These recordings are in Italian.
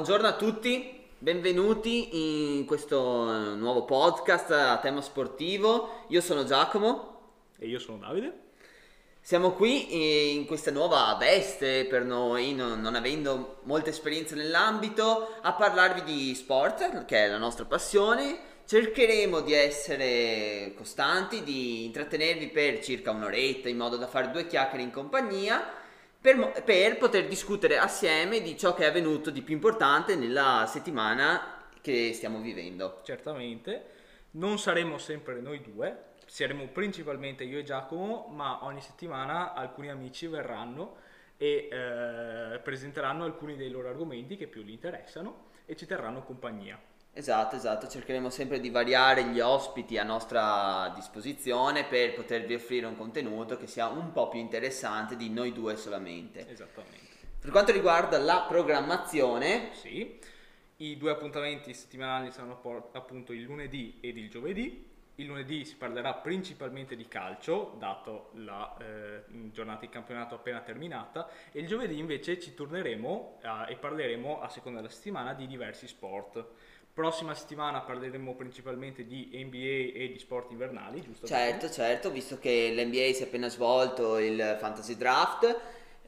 buongiorno a tutti, benvenuti in questo nuovo podcast a tema sportivo. Io sono Giacomo e io sono Davide. Siamo qui in questa nuova veste per noi, non avendo molta esperienza nell'ambito, a parlarvi di sport, che è la nostra passione. Cercheremo di essere costanti, di intrattenervi per circa un'oretta in modo da fare due chiacchiere in compagnia per poter discutere assieme di ciò che è avvenuto di più importante nella settimana che stiamo vivendo. Certamente, non saremo sempre noi due, saremo principalmente io e Giacomo, ma ogni settimana alcuni amici verranno e presenteranno alcuni dei loro argomenti che più li interessano e ci terranno compagnia. Esatto, cercheremo sempre di variare gli ospiti a nostra disposizione per potervi offrire un contenuto che sia un po' più interessante di noi due solamente. Esattamente. Per quanto riguarda la programmazione, sì, i due appuntamenti settimanali saranno appunto il lunedì ed il giovedì. Il lunedì si parlerà principalmente di calcio, dato la giornata di campionato appena terminata, e il giovedì invece ci torneremo e parleremo a seconda della settimana di diversi sport. Prossima settimana parleremo principalmente di NBA e di sport invernali, giusto? Certo, visto che l'NBA si è appena svolto il Fantasy Draft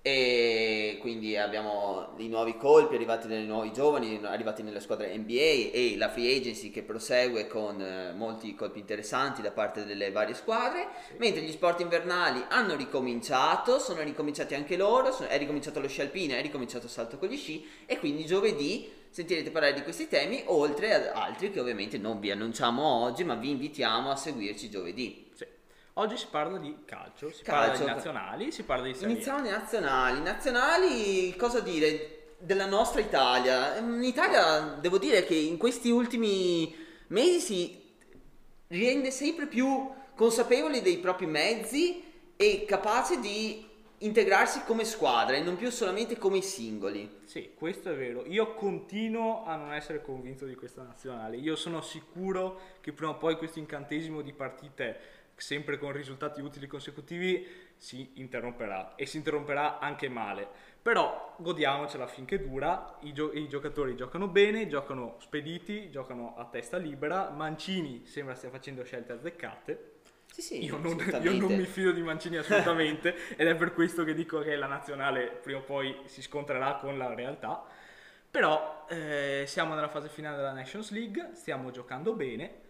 e quindi abbiamo i nuovi colpi arrivati dai nuovi giovani arrivati nelle squadre NBA e la free agency che prosegue con molti colpi interessanti da parte delle varie squadre, sì. Mentre gli sport invernali hanno ricominciato, sono ricominciati anche loro, è ricominciato lo sci alpino, è ricominciato il salto con gli sci e quindi giovedì sentirete parlare di questi temi, oltre ad altri che ovviamente non vi annunciamo oggi, ma vi invitiamo a seguirci giovedì. Sì. Oggi si parla di calcio, parla di nazionali, si parla di Serie A. Iniziamo dai nazionali, cosa dire della nostra Italia? In Italia devo dire che in questi ultimi mesi si rende sempre più consapevole dei propri mezzi e capace di integrarsi come squadra e non più solamente come singoli. Sì, questo è vero. Io continuo a non essere convinto di questa nazionale. Io sono sicuro che prima o poi questo incantesimo di partite sempre con risultati utili consecutivi si interromperà e si interromperà anche male. Però godiamocela finché dura. I giocatori giocano bene, giocano spediti, giocano a testa libera. Mancini sembra stia facendo scelte azzeccate. Sì, io non mi fido di Mancini assolutamente ed è per questo che dico che la nazionale prima o poi si scontrerà con la realtà. Però siamo nella fase finale della Nations League, stiamo giocando bene,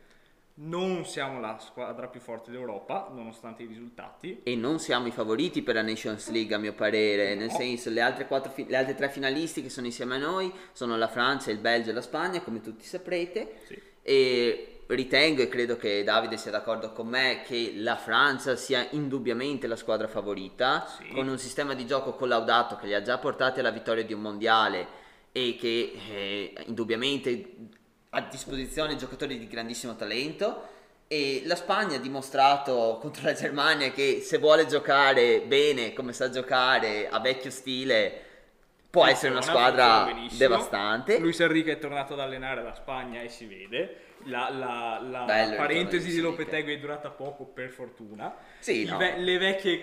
non siamo la squadra più forte d'Europa nonostante i risultati e non siamo i favoriti per la Nations League a mio parere, no. Nel senso le altre tre finalisti che sono insieme a noi sono la Francia, il Belgio e la Spagna, come tutti saprete, sì. E ritengo e credo che Davide sia d'accordo con me che la Francia sia indubbiamente la squadra favorita, sì. Con un sistema di gioco collaudato che li ha già portati alla vittoria di un mondiale e che indubbiamente a disposizione giocatori di grandissimo talento, e la Spagna ha dimostrato contro la Germania che se vuole giocare bene come sa giocare a vecchio stile può essere una squadra devastante. Luis Enrique è tornato ad allenare la Spagna e si vede. La parentesi di Lopetegui è durata poco, per fortuna. Sì, no. Le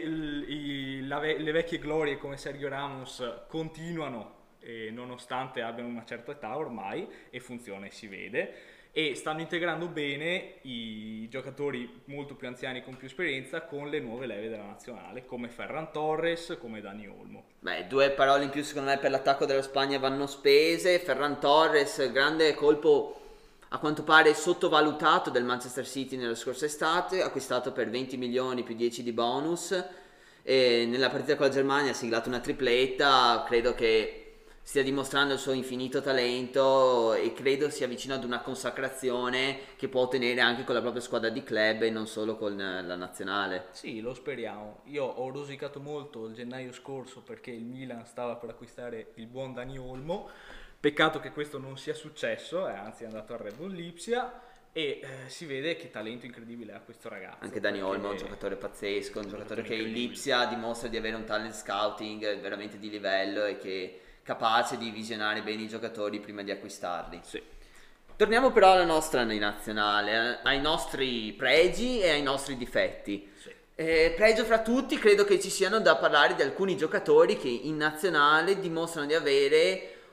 vecchie glorie come Sergio Ramos continuano nonostante abbiano una certa età ormai, e funziona e si vede, e stanno integrando bene i giocatori molto più anziani con più esperienza con le nuove leve della nazionale come Ferran Torres, come Dani Olmo. Due parole in più secondo me per l'attacco della Spagna vanno spese. Ferran Torres, grande colpo a quanto pare sottovalutato del Manchester City nella scorsa estate, acquistato per 20 milioni più 10 di bonus, e nella partita con la Germania ha siglato una tripletta. Credo che stia dimostrando il suo infinito talento e credo sia vicino ad una consacrazione che può ottenere anche con la propria squadra di club e non solo con la nazionale. Sì, lo speriamo. Io ho rosicato molto il gennaio scorso perché il Milan stava per acquistare il buon Dani Olmo. Peccato che questo non sia successo, anzi è andato al Red Bull Lipsia, e si vede che talento incredibile ha questo ragazzo. Anche Dani Olmo è un giocatore pazzesco, un giocatore che in Lipsia dimostra di avere un talent scouting veramente di livello e che capace di visionare bene i giocatori prima di acquistarli. Sì. Torniamo però alla nostra nazionale, ai nostri pregi e ai nostri difetti. Sì. Pregio fra tutti, credo che ci siano da parlare di alcuni giocatori che in nazionale dimostrano di avere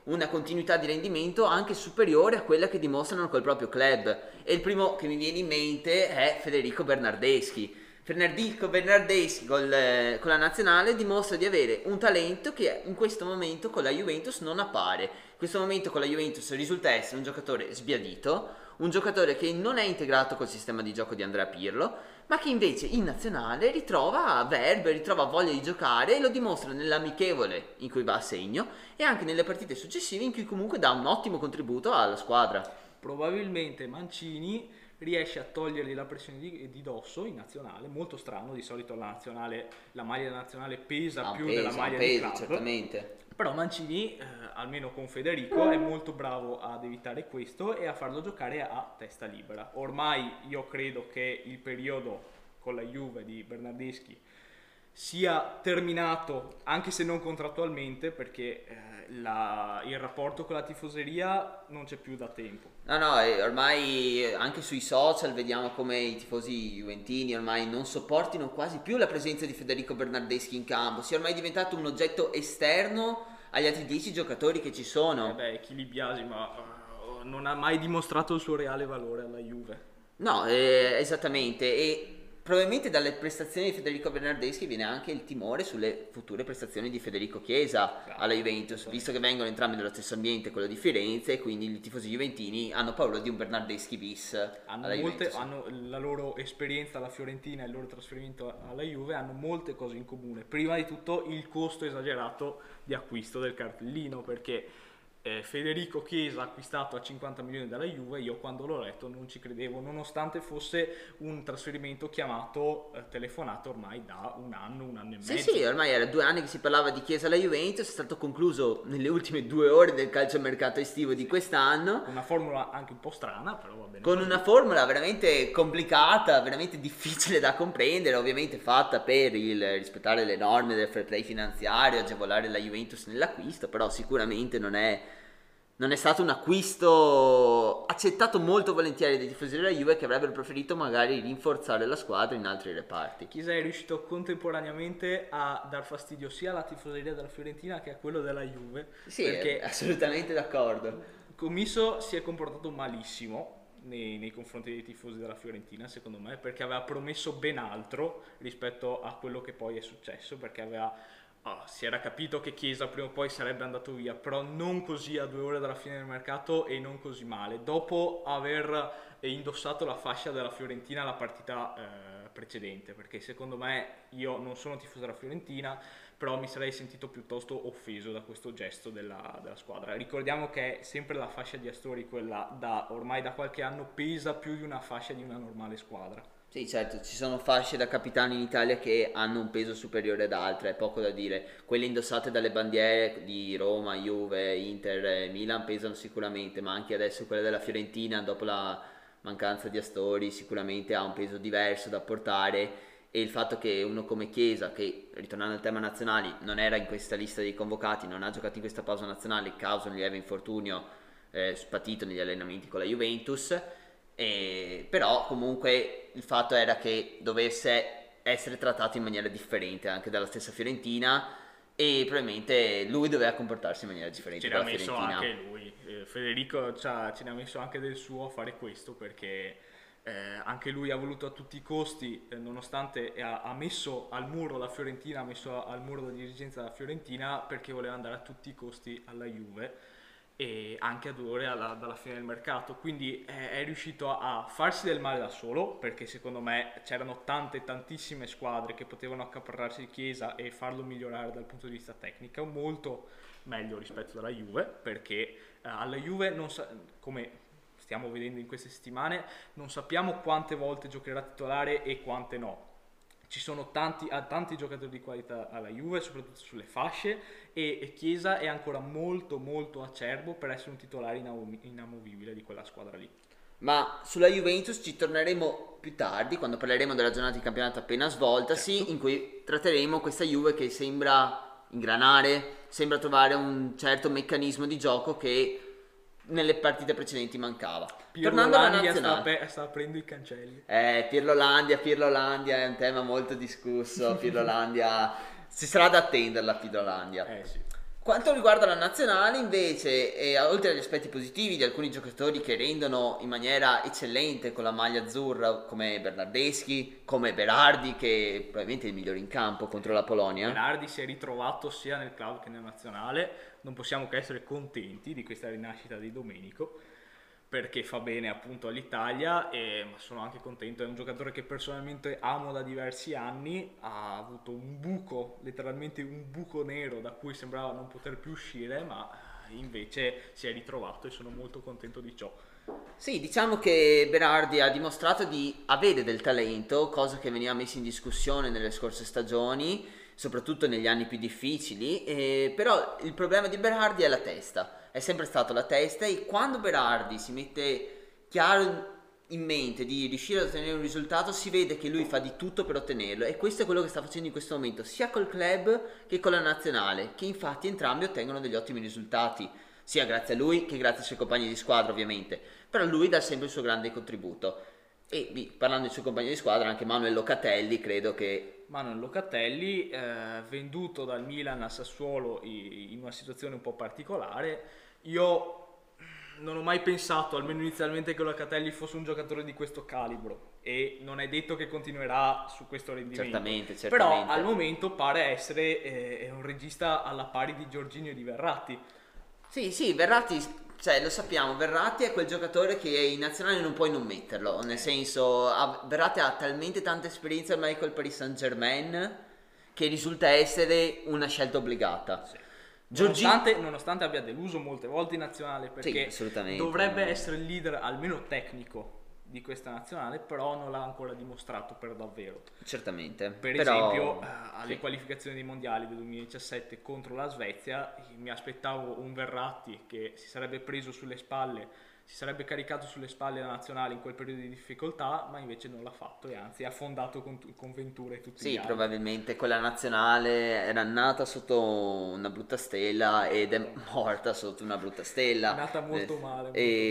una continuità di rendimento anche superiore a quella che dimostrano col proprio club, e il primo che mi viene in mente è Federico Bernardeschi. Federico Bernardeschi con la nazionale dimostra di avere un talento che in questo momento con la Juventus non appare. In questo momento con la Juventus risulta essere un giocatore sbiadito, un giocatore che non è integrato col sistema di gioco di Andrea Pirlo, ma che invece in nazionale ritrova verve, ritrova voglia di giocare, e lo dimostra nell'amichevole in cui va a segno e anche nelle partite successive in cui comunque dà un ottimo contributo alla squadra. Probabilmente Mancini riesce a togliergli la pressione di dosso in nazionale, molto strano, di solito la maglia nazionale pesa più della maglia di club. Certamente. Però Mancini, almeno con Federico, è molto bravo ad evitare questo e a farlo giocare a testa libera. Ormai io credo che il periodo con la Juve di Bernardeschi sia terminato, anche se non contrattualmente, perché il rapporto con la tifoseria non c'è più da tempo. No, ormai anche sui social vediamo come i tifosi juventini ormai non sopportino quasi più la presenza di Federico Bernardeschi in campo, sia ormai diventato un oggetto esterno agli altri 10 giocatori che ci sono. Chi li biasima, non ha mai dimostrato il suo reale valore alla Juve. No, esattamente, e probabilmente dalle prestazioni di Federico Bernardeschi viene anche il timore sulle future prestazioni di Federico Chiesa alla Juventus, visto che vengono entrambi dallo stesso ambiente, quello di Firenze, e quindi i tifosi juventini hanno paura di un Bernardeschi bis alla Juventus. Hanno la loro esperienza alla Fiorentina e il loro trasferimento alla Juve, hanno molte cose in comune. Prima di tutto il costo esagerato di acquisto del cartellino, perché Federico Chiesa acquistato a 50 milioni dalla Juve, io quando l'ho letto non ci credevo, nonostante fosse un trasferimento telefonato ormai da un anno e mezzo. Sì, ormai era 2 anni che si parlava di Chiesa alla Juventus, è stato concluso nelle ultime 2 ore del calciomercato estivo di quest'anno. Una formula anche un po' strana, però va bene. Con una formula veramente complicata, veramente difficile da comprendere, ovviamente fatta per rispettare le norme del fair play finanziario, agevolare la Juventus nell'acquisto, però sicuramente non è stato un acquisto accettato molto volentieri dai tifosi della Juve, che avrebbero preferito magari rinforzare la squadra in altri reparti. Chiesa è riuscito contemporaneamente a dar fastidio sia alla tifoseria della Fiorentina che a quello della Juve. Sì, perché assolutamente d'accordo. Commisso si è comportato malissimo nei confronti dei tifosi della Fiorentina, secondo me, perché aveva promesso ben altro rispetto a quello che poi è successo, perché si era capito che Chiesa prima o poi sarebbe andato via, però non così a 2 ore dalla fine del mercato e non così male, dopo aver indossato la fascia della Fiorentina la partita precedente, perché secondo me, io non sono tifoso della Fiorentina, però mi sarei sentito piuttosto offeso da questo gesto della squadra. Ricordiamo che è sempre la fascia di Astori, quella ormai da qualche anno pesa più di una fascia di una normale squadra. Sì, certo, ci sono fasce da capitano in Italia che hanno un peso superiore ad altre, è poco da dire. Quelle indossate dalle bandiere di Roma, Juve, Inter, Milan pesano sicuramente, ma anche adesso quella della Fiorentina, dopo la mancanza di Astori, sicuramente ha un peso diverso da portare, e il fatto che uno come Chiesa, che ritornando al tema nazionali non era in questa lista dei convocati, non ha giocato in questa pausa nazionale causa un lieve infortunio patito negli allenamenti con la Juventus, però comunque il fatto era che dovesse essere trattato in maniera differente anche dalla stessa Fiorentina, e probabilmente lui doveva comportarsi in maniera differente dalla Fiorentina. Ce ne ha messo anche lui, Federico ce ne ha messo anche del suo a fare questo, perché anche lui ha voluto a tutti i costi, nonostante ha messo al muro la Fiorentina, ha messo al muro la dirigenza della Fiorentina, perché voleva andare a tutti i costi alla Juve, e anche a 2 ore dalla fine del mercato, quindi è riuscito a farsi del male da solo, perché secondo me c'erano tantissime squadre che potevano accaparrarsi Chiesa e farlo migliorare dal punto di vista tecnico molto meglio rispetto alla Juve, perché alla Juve come stiamo vedendo in queste settimane non sappiamo quante volte giocherà titolare e quante no. Ci sono tanti giocatori di qualità alla Juve, soprattutto sulle fasce, e Chiesa è ancora molto acerbo per essere un titolare inamovibile di quella squadra lì. Ma sulla Juventus ci torneremo più tardi, quando parleremo della giornata di campionato appena svoltasi, certo, in cui tratteremo questa Juve che sembra ingranare, sembra trovare un certo meccanismo di gioco che nelle partite precedenti mancava. Tornando alla nazionale, sta aprendo i cancelli. Pirlolandia è un tema molto discusso. Pirlolandia si sarà da attenderla. Pirlolandia. Sì. Quanto riguarda la nazionale, invece, oltre agli aspetti positivi di alcuni giocatori che rendono in maniera eccellente con la maglia azzurra, come Bernardeschi, come Berardi, che probabilmente è il migliore in campo contro la Polonia. Berardi si è ritrovato sia nel club che nella nazionale, non possiamo che essere contenti di questa rinascita di Domenico, perché fa bene appunto all'Italia, ma sono anche contento, è un giocatore che personalmente amo da diversi anni, ha avuto un buco, letteralmente un buco nero da cui sembrava non poter più uscire, ma invece si è ritrovato e sono molto contento di ciò. Sì, diciamo che Berardi ha dimostrato di avere del talento, cosa che veniva messa in discussione nelle scorse stagioni, soprattutto negli anni più difficili, però il problema di Berardi è la testa, è sempre stato la testa, e quando Berardi si mette chiaro in mente di riuscire ad ottenere un risultato, si vede che lui fa di tutto per ottenerlo, e questo è quello che sta facendo in questo momento sia col club che con la nazionale, che infatti entrambi ottengono degli ottimi risultati, sia grazie a lui che grazie ai suoi compagni di squadra, ovviamente, però lui dà sempre il suo grande contributo. E parlando dei suoi compagni di squadra, anche Manuel Locatelli, credo che... Manuel Locatelli, venduto dal Milan a Sassuolo in una situazione un po' particolare. Io non ho mai pensato, almeno inizialmente, che Locatelli fosse un giocatore di questo calibro, e non è detto che continuerà su questo rendimento. Certamente. Però al momento pare essere un regista alla pari di Jorginho e di Verratti. Sì, Verratti, cioè lo sappiamo, Verratti è quel giocatore che in nazionale non puoi non metterlo, nel senso, Verratti ha talmente tanta esperienza ormai col Paris Saint-Germain che risulta essere una scelta obbligata. Sì. Jorginho... Nonostante abbia deluso molte volte in nazionale, perché Sì, dovrebbe essere il leader almeno tecnico di questa nazionale, però non l'ha ancora dimostrato per davvero. Certamente. Per però, esempio, alle sì. qualificazioni dei mondiali del 2017 contro la Svezia, mi aspettavo un Verratti che si sarebbe preso sulle spalle, si sarebbe caricato sulle spalle la nazionale in quel periodo di difficoltà, ma invece non l'ha fatto, e anzi ha affondato con Ventura e tutti gli altri. Probabilmente quella nazionale era nata sotto una brutta stella ed è morta sotto una brutta stella. È nata molto male.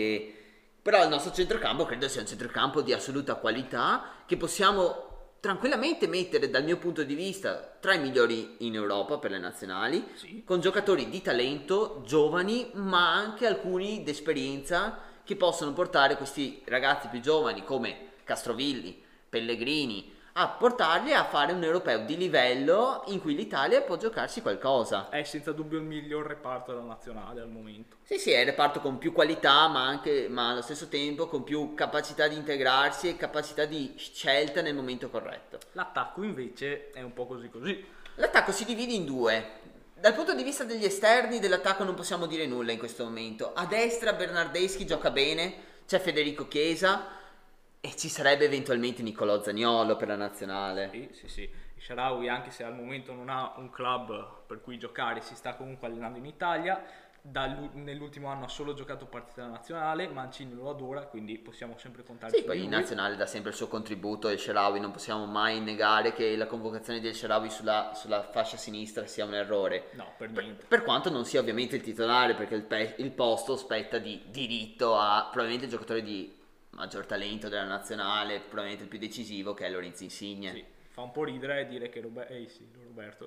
Però il nostro centrocampo credo sia un centrocampo di assoluta qualità, che possiamo tranquillamente mettere, dal mio punto di vista, tra i migliori in Europa per le nazionali, Sì. con giocatori di talento, giovani, ma anche alcuni d'esperienza, che possono portare questi ragazzi più giovani come Castrovilli, Pellegrini, a portarli a fare un europeo di livello in cui l'Italia può giocarsi qualcosa. È senza dubbio il miglior reparto della nazionale al momento. Sì, è il reparto con più qualità, ma allo stesso tempo con più capacità di integrarsi e capacità di scelta nel momento corretto. L'attacco invece è un po' così così. L'attacco si divide in due. Dal punto di vista degli esterni dell'attacco non possiamo dire nulla in questo momento. A destra Bernardeschi gioca bene, c'è Federico Chiesa e ci sarebbe eventualmente Nicolò Zaniolo per la nazionale. Sì. Il Shaarawy, anche se al momento non ha un club per cui giocare, si sta comunque allenando in Italia. Nell'ultimo anno ha solo giocato partita nazionale, Mancini lo adora, quindi possiamo sempre contare su di Poi lui. in nazionale dà sempre il suo contributo, il Shaarawy, non possiamo mai negare che la convocazione del Shaarawy sulla fascia sinistra sia un errore. No, per niente. Per quanto non sia ovviamente il titolare, perché il posto spetta di diritto a probabilmente il giocatore di maggior talento della nazionale, probabilmente il più decisivo, che è Lorenzo Insigne. Sì, fa un po' ridere dire che Lorenzo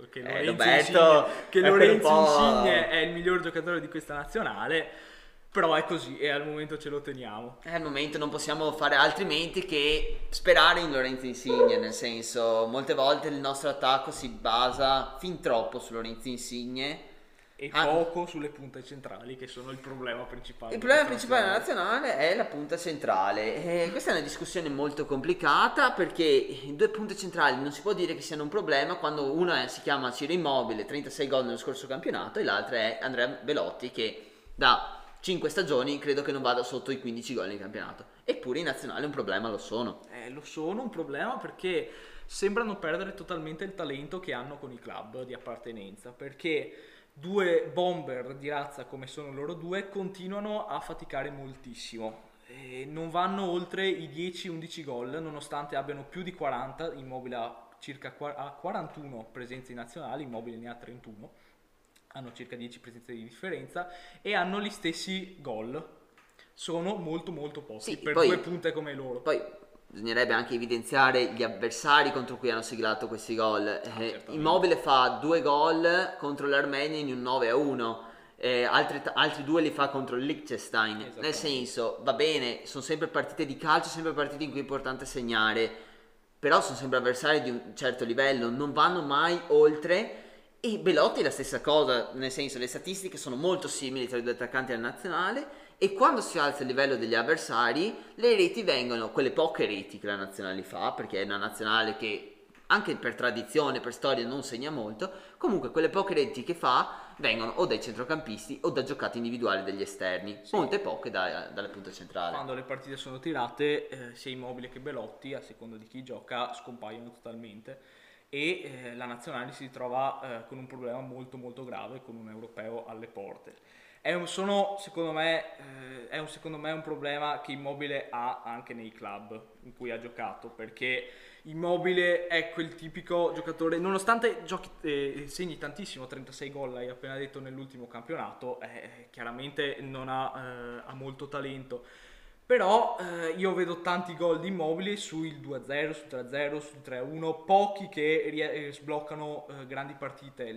Lorenzo Insigne è il miglior giocatore di questa nazionale, però è così e al momento ce lo teniamo. Al momento non possiamo fare altrimenti che sperare in Lorenzo Insigne, nel senso, molte volte il nostro attacco si basa fin troppo su Lorenzo Insigne e poco sulle punte centrali, che sono il problema principale. Il problema principale della nazionale è la punta centrale. Questa è una discussione molto complicata, perché i due punte centrali non si può dire che siano un problema quando una si chiama Ciro Immobile, 36 gol nello scorso campionato, e l'altra è Andrea Belotti, che da 5 stagioni credo che non vada sotto i 15 gol nel campionato. Eppure in nazionale un problema lo sono. Lo sono un problema, perché sembrano perdere totalmente il talento che hanno con i club di appartenenza, perché due bomber di razza come sono loro due continuano a faticare moltissimo e non vanno oltre i 10-11 gol, nonostante abbiano più di 40. Immobile ha circa 41 presenze nazionali, Immobile ne ha 31, hanno circa 10 presenze di differenza e hanno gli stessi gol. Sono molto pochi per due punte come loro. Poi bisognerebbe anche evidenziare gli avversari contro cui hanno siglato questi gol. Immobile fa 2 gol contro l'Armenia in un 9-1. Altri 2 li fa contro il Liechtenstein. Nel senso, va bene, sono sempre partite di calcio, sempre partite in cui è importante segnare, però sono sempre avversari di un certo livello, non vanno mai oltre. E Belotti è la stessa cosa, nel senso, le statistiche sono molto simili tra i due attaccanti della nazionale, e quando si alza il livello degli avversari le reti vengono, quelle poche reti che la nazionale fa, perché è una nazionale che anche per tradizione, per storia non segna molto, comunque quelle poche reti che fa vengono o dai centrocampisti o da giocate individuali degli esterni, molte poche dalla punta centrale. Quando le partite sono tirate, sia Immobile che Belotti, a seconda di chi gioca, scompaiono totalmente, e la nazionale si trova con un problema molto molto grave, con un europeo alle porte. Secondo me un problema che Immobile ha anche nei club in cui ha giocato, perché Immobile è quel tipico giocatore, nonostante segni tantissimo, 36 gol hai appena detto nell'ultimo campionato, chiaramente non ha molto talento. Però io vedo tanti gol di Immobile sul 2-0, sul 3-0, sul 3-1, pochi che sbloccano grandi partite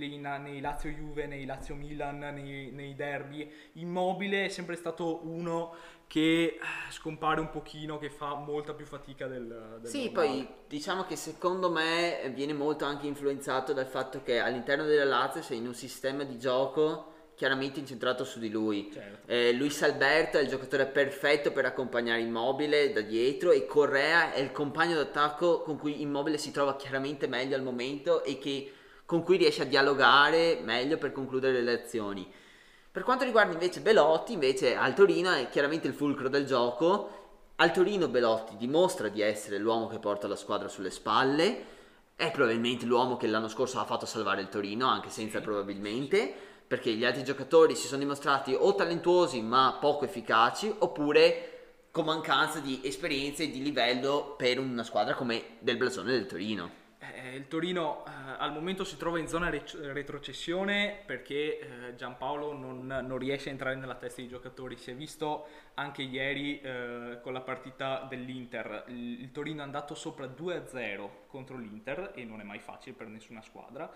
nei Lazio-Juve, nei Lazio-Milan, nei derby. Immobile è sempre stato uno che scompare un pochino, che fa molta più fatica del Sì, normale. poi diciamo che secondo me viene molto anche influenzato dal fatto che all'interno della Lazio sei in un sistema di gioco chiaramente incentrato su di lui. Certo. Luis Alberto è il giocatore perfetto per accompagnare Immobile da dietro, e Correa è il compagno d'attacco con cui Immobile si trova chiaramente meglio al momento e con cui riesce a dialogare meglio per concludere le azioni. Per quanto riguarda invece Belotti, invece al Torino è chiaramente il fulcro del gioco. Al Torino Belotti dimostra di essere l'uomo che porta la squadra sulle spalle, è probabilmente l'uomo che l'anno scorso ha fatto salvare il Torino, anche senza probabilmente, perché gli altri giocatori si sono dimostrati o talentuosi ma poco efficaci, oppure con mancanza di esperienza e di livello per una squadra come del blasone del Torino. Il Torino al momento si trova in zona retrocessione perché Giampaolo non riesce a entrare nella testa dei giocatori. Si è visto anche ieri con la partita dell'Inter. Il Torino è andato sopra 2-0 contro l'Inter, e non è mai facile per nessuna squadra,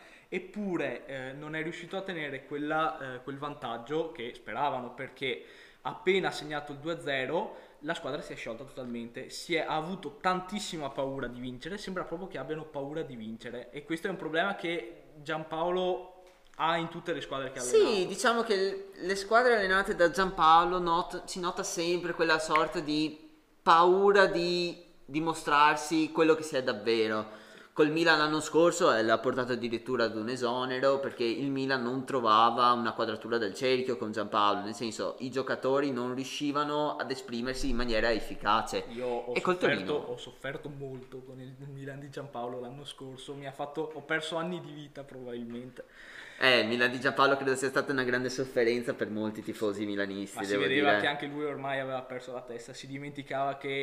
eppure non è riuscito a tenere quel vantaggio che speravano, perché appena segnato il 2-0 la squadra si è sciolta totalmente, ha avuto tantissima paura di vincere, sembra proprio che abbiano paura di vincere, e questo è un problema che Giampaolo ha in tutte le squadre che ha allenato. Sì, diciamo che le squadre allenate da Giampaolo si nota sempre quella sorta di paura di dimostrarsi quello che si è davvero. Col Milan l'anno scorso l'ha portato addirittura ad un esonero, perché il Milan non trovava una quadratura del cerchio con Giampaolo, nel senso i giocatori non riuscivano ad esprimersi in maniera efficace. Io ho sofferto molto con il Milan di Giampaolo l'anno scorso, ho perso anni di vita probabilmente. Il Milan di Giampaolo credo sia stata una grande sofferenza per molti tifosi milanisti. Ma si vedeva che anche lui ormai aveva perso la testa, si dimenticava che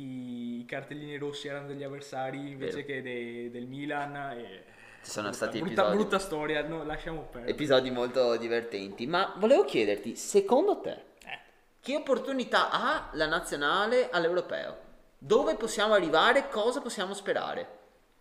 i cartellini rossi erano degli avversari invece che del Milan. E ci sono stati brutta storia, no, lasciamo perdere. Episodi molto divertenti. Ma volevo chiederti, secondo te, che opportunità ha la nazionale all'europeo? Dove possiamo arrivare? Cosa possiamo sperare?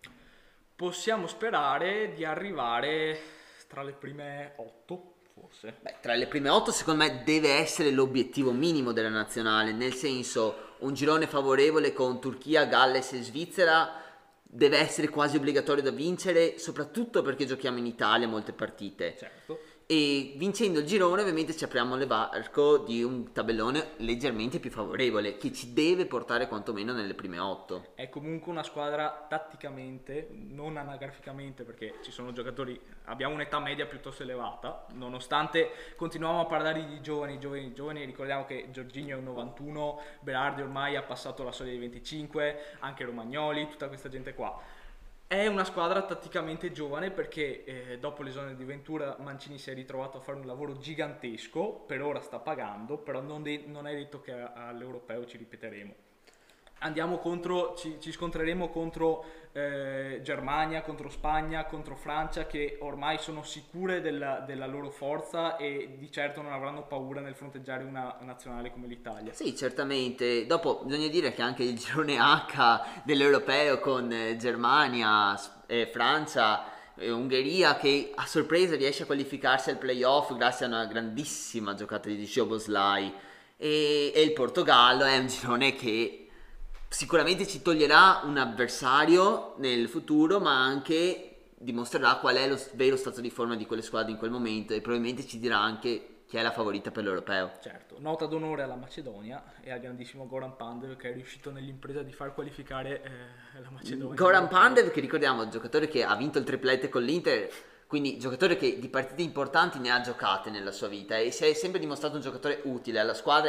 Possiamo sperare di arrivare tra le prime 8, forse. Beh, tra le prime 8 secondo me deve essere l'obiettivo minimo della nazionale, nel senso un girone favorevole con Turchia, Galles e Svizzera deve essere quasi obbligatorio da vincere, soprattutto perché giochiamo in Italia molte partite. Certo. E vincendo il girone ovviamente ci apriamo le varco di un tabellone leggermente più favorevole, che ci deve portare quantomeno nelle prime 8. È comunque una squadra tatticamente, non anagraficamente, perché ci sono giocatori, abbiamo un'età media piuttosto elevata, nonostante continuiamo a parlare di giovani, ricordiamo che Jorginho è un 91, Berardi ormai ha passato la soglia dei 25, anche Romagnoli, tutta questa gente qua. È una squadra tatticamente giovane perché dopo l'esonero di Ventura Mancini si è ritrovato a fare un lavoro gigantesco, per ora sta pagando, però non è detto che all'europeo ci ripeteremo. ci scontreremo contro Germania, contro Spagna, contro Francia, che ormai sono sicure della loro forza e di certo non avranno paura nel fronteggiare una nazionale come l'Italia. Sì, certamente. Dopo bisogna dire che anche il girone H dell'Europeo con Germania, Francia e Ungheria, che a sorpresa riesce a qualificarsi al playoff grazie a una grandissima giocata di Szoboszlai, e il Portogallo è un girone che sicuramente ci toglierà un avversario nel futuro, ma anche dimostrerà qual è lo vero stato di forma di quelle squadre in quel momento, e probabilmente ci dirà anche chi è la favorita per l'Europeo. Certo, nota d'onore alla Macedonia e al grandissimo Goran Pandev, che è riuscito nell'impresa di far qualificare la Macedonia. Goran Pandev, che ricordiamo, giocatore che ha vinto il triplete con l'Inter, quindi giocatore che di partite importanti ne ha giocate nella sua vita e si è sempre dimostrato un giocatore utile alla squadra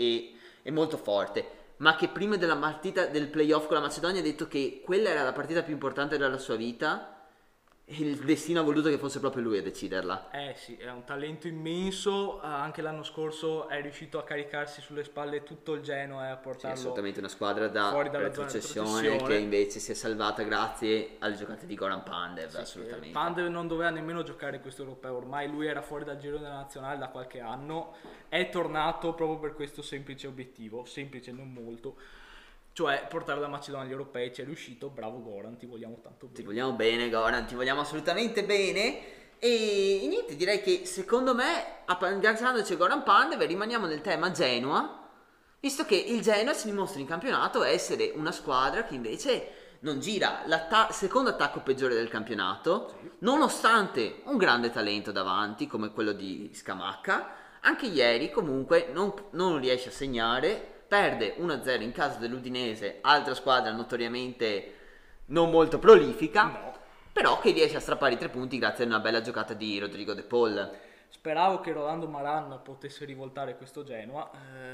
e molto forte, ma che prima della partita del playoff con la Macedonia ha detto che quella era la partita più importante della sua vita e il destino ha voluto che fosse proprio lui a deciderla. Sì, è un talento immenso, anche l'anno scorso è riuscito a caricarsi sulle spalle tutto il Genoa e a Sì, portarlo assolutamente una squadra da fuori dalla zona di retrocessione retrocessione. che invece si è salvata grazie alle giocate di Goran Pandev, Sì, assolutamente. Pandev non doveva nemmeno giocare questo europeo, ormai lui era fuori dal girone della nazionale da qualche anno, è tornato proprio per questo semplice obiettivo, semplice non molto, cioè portare la Macedonia agli europei. Ci è riuscito, bravo Goran, ti vogliamo tanto bene. Ti vogliamo bene, Goran, ti vogliamo assolutamente bene. E niente, direi che secondo me, agganciandoci a Goran Pandev, rimaniamo nel tema Genoa, visto che il Genoa si dimostra in campionato essere una squadra che invece non gira, secondo attacco peggiore del campionato, sì, nonostante un grande talento davanti come quello di Scamacca. Anche ieri comunque non riesce a segnare, perde 1-0 in casa dell'Udinese, altra squadra notoriamente non molto prolifica, No. però che riesce a strappare i 3 punti grazie a una bella giocata di Rodrigo De Paul. Speravo che Rolando Maran potesse rivoltare questo Genoa,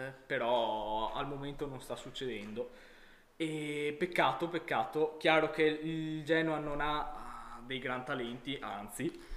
però al momento non sta succedendo. E peccato, chiaro che il Genoa non ha dei gran talenti, anzi,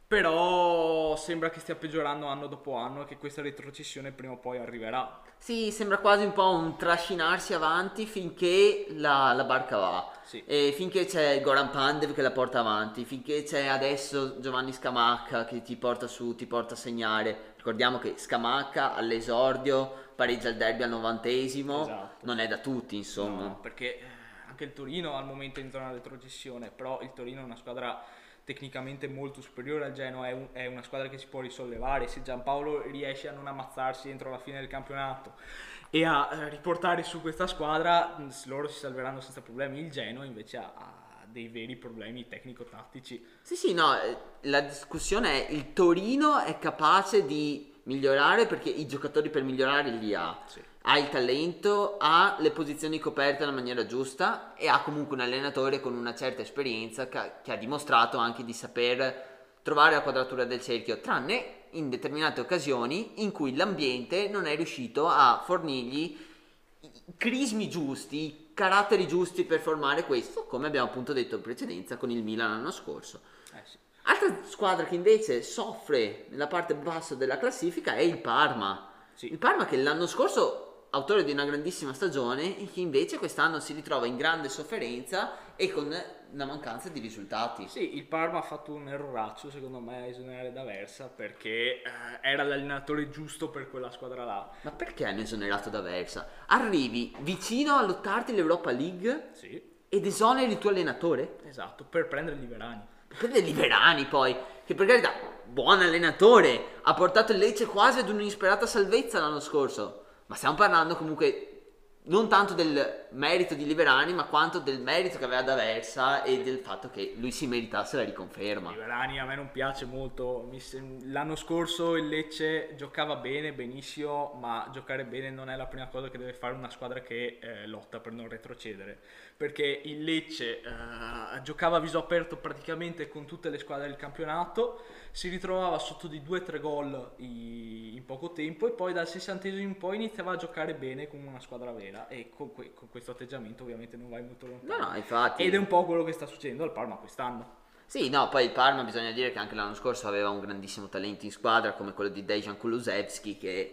però sembra che stia peggiorando anno dopo anno e che questa retrocessione prima o poi arriverà. Sì, sembra quasi un po' un trascinarsi avanti finché la barca va. Sì. E finché c'è Goran Pandev che la porta avanti, finché c'è adesso Giovanni Scamacca che ti porta su, ti porta a segnare. Ricordiamo che Scamacca all'esordio pareggia il derby al 90esimo, Esatto. Non è da tutti, insomma. No, perché anche il Torino al momento è in zona retrocessione, però il Torino è una squadra tecnicamente molto superiore al Genoa, è una squadra che si può risollevare. Se Giampaolo riesce a non ammazzarsi entro la fine del campionato e a riportare su questa squadra, loro si salveranno senza problemi. Il Genoa invece ha dei veri problemi tecnico-tattici. Sì, no, la discussione è: il Torino è capace di migliorare perché i giocatori per migliorare li ha. Sì. Ha il talento, ha le posizioni coperte nella maniera giusta e ha comunque un allenatore con una certa esperienza che ha dimostrato anche di saper trovare la quadratura del cerchio, tranne in determinate occasioni in cui l'ambiente non è riuscito a fornirgli i crismi giusti, i caratteri giusti per formare questo, come abbiamo appunto detto in precedenza con il Milan l'anno scorso. Sì. Altra squadra che invece soffre nella parte bassa della classifica è il Parma. Sì. Il Parma che l'anno scorso autore di una grandissima stagione e che invece quest'anno si ritrova in grande sofferenza e con una mancanza di risultati. Sì, il Parma ha fatto un erroraccio secondo me a esonerare D'Aversa perché era l'allenatore giusto per quella squadra là. Ma perché hanno esonerato D'Aversa? Arrivi vicino a lottarti l'Europa League, sì, ed esoneri il tuo allenatore? Esatto, per prendere Liverani. Per dei Liverani poi, che per carità, buon allenatore, ha portato il Lecce quasi ad un'insperata salvezza l'anno scorso. Ma stiamo parlando comunque non tanto del merito di Liverani, ma quanto del merito che aveva D'Aversa e del fatto che lui si meritasse la riconferma. Liverani a me non piace molto. L'anno scorso il Lecce giocava bene, benissimo, ma giocare bene non è la prima cosa che deve fare una squadra che lotta per non retrocedere. Perché il Lecce giocava a viso aperto praticamente con tutte le squadre del campionato, si ritrovava sotto di 2-3 gol in poco tempo e poi dal 60esimo in poi iniziava a giocare bene con una squadra vera e con questo atteggiamento ovviamente non vai molto lontano. No, infatti. Ed è un po' quello che sta succedendo al Parma quest'anno. Sì, no, poi il Parma bisogna dire che anche l'anno scorso aveva un grandissimo talento in squadra come quello di Dejan Kulusevski, che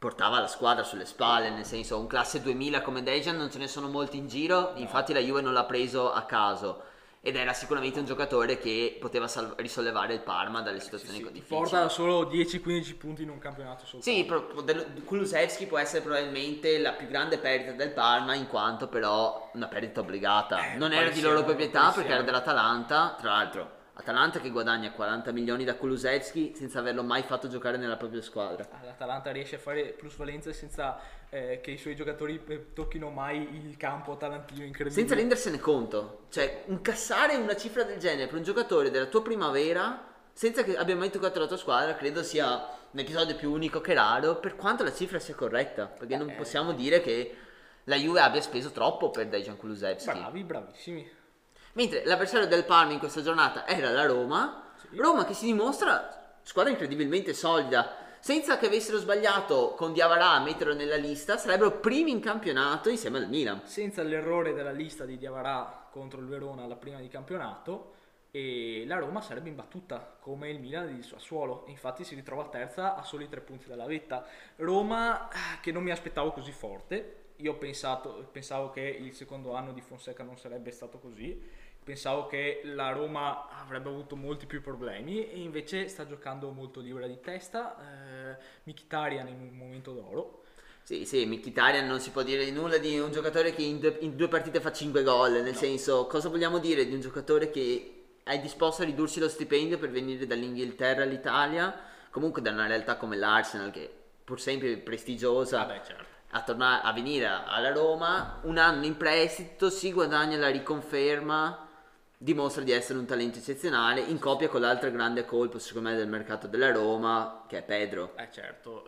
portava la squadra sulle spalle, nel senso un classe 2000 come Dejan non ce ne sono molti in giro, infatti la Juve non l'ha preso a caso ed era sicuramente un giocatore che poteva risollevare il Parma dalle situazioni difficili. Porta solo 10-15 punti in un campionato soltanto. Sì, Kulusevski può essere probabilmente la più grande perdita del Parma, in quanto però una perdita obbligata, non era di loro proprietà perché era dell'Atalanta, tra l'altro Atalanta che guadagna 40 milioni da Kulusevski senza averlo mai fatto giocare nella propria squadra. L'Atalanta riesce a fare plusvalenza senza che i suoi giocatori tocchino mai il campo atalantino, incredibile. Senza rendersene conto, cioè incassare una cifra del genere per un giocatore della tua primavera senza che abbia mai toccato la tua squadra credo sia un episodio più unico che raro, per quanto la cifra sia corretta, perché non possiamo dire che la Juve abbia speso troppo per Dejan Kulusevski. Bravissimi. Mentre l'avversario del Parma in questa giornata era la Roma, Roma che si dimostra squadra incredibilmente solida, senza che avessero sbagliato con Diawara a metterlo nella lista, sarebbero primi in campionato insieme al Milan. Senza l'errore della lista di Diawara contro il Verona alla prima di campionato, e la Roma sarebbe imbattuta come il Milan di Sassuolo, infatti si ritrova terza a soli 3 punti dalla vetta. Roma che non mi aspettavo così forte. Io pensavo che il secondo anno di Fonseca non sarebbe stato così, pensavo che la Roma avrebbe avuto molti più problemi e invece sta giocando molto libera di testa. Mkhitaryan in un momento d'oro. Sì, Mkhitaryan non si può dire nulla di un giocatore che in due partite fa 5 gol, nel senso, cosa vogliamo dire di un giocatore che è disposto a ridursi lo stipendio per venire dall'Inghilterra all'Italia, comunque da una realtà come l'Arsenal che pur sempre prestigiosa. Certo. A venire alla Roma, un anno in prestito, si guadagna la riconferma, dimostra di essere un talento eccezionale, in coppia con l'altra grande colpo secondo me del mercato della Roma, che è Pedro. Certo,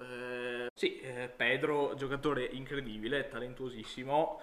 Pedro, giocatore incredibile, talentuosissimo,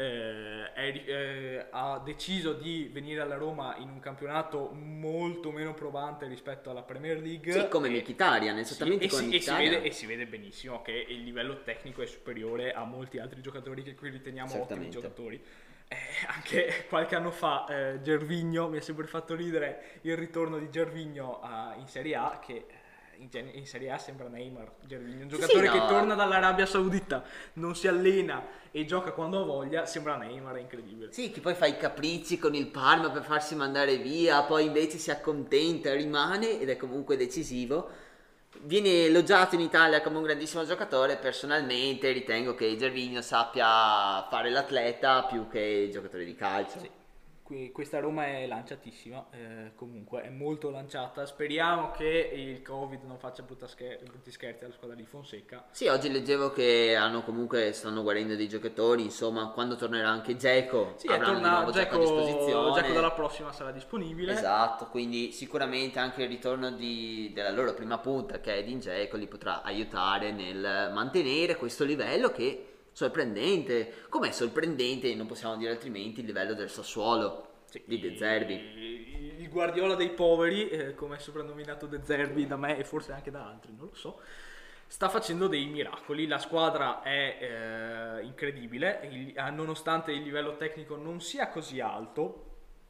ha deciso di venire alla Roma in un campionato molto meno probante rispetto alla Premier League. Sì, come Mkhitaryan, esattamente come Mkhitaryan. E si vede benissimo che il livello tecnico è superiore a molti altri giocatori che qui riteniamo ottimi giocatori. Anche qualche anno fa Gervinho, mi ha sempre fatto ridere il ritorno di Gervinho in Serie A, che in Serie A sembra Neymar. Gervinho, un giocatore che torna dall'Arabia Saudita, non si allena e gioca quando ha voglia, sembra Neymar, è incredibile. Sì, che poi fa i capricci con il Parma per farsi mandare via, poi invece si accontenta, rimane ed è comunque decisivo. Viene elogiato in Italia come un grandissimo giocatore. Personalmente ritengo che Gervinho sappia fare l'atleta più che il giocatore di calcio. Sì. Questa Roma è lanciatissima, comunque è molto lanciata. Speriamo che il Covid non faccia brutti scherzi alla squadra di Fonseca. Sì, oggi leggevo che stanno guarendo dei giocatori, insomma, quando tornerà anche Dzeko avranno di nuovo Dzeko a disposizione. Dzeko dalla prossima sarà disponibile. Esatto, quindi sicuramente anche il ritorno della loro prima punta, che è Edin Dzeko, li potrà aiutare nel mantenere questo livello che sorprendente. Com'è sorprendente, non possiamo dire altrimenti, il livello del Sassuolo di De Zerbi. Il Guardiola dei poveri, come è soprannominato De Zerbi da me e forse anche da altri, non lo so, sta facendo dei miracoli. La squadra è incredibile, nonostante il livello tecnico non sia così alto.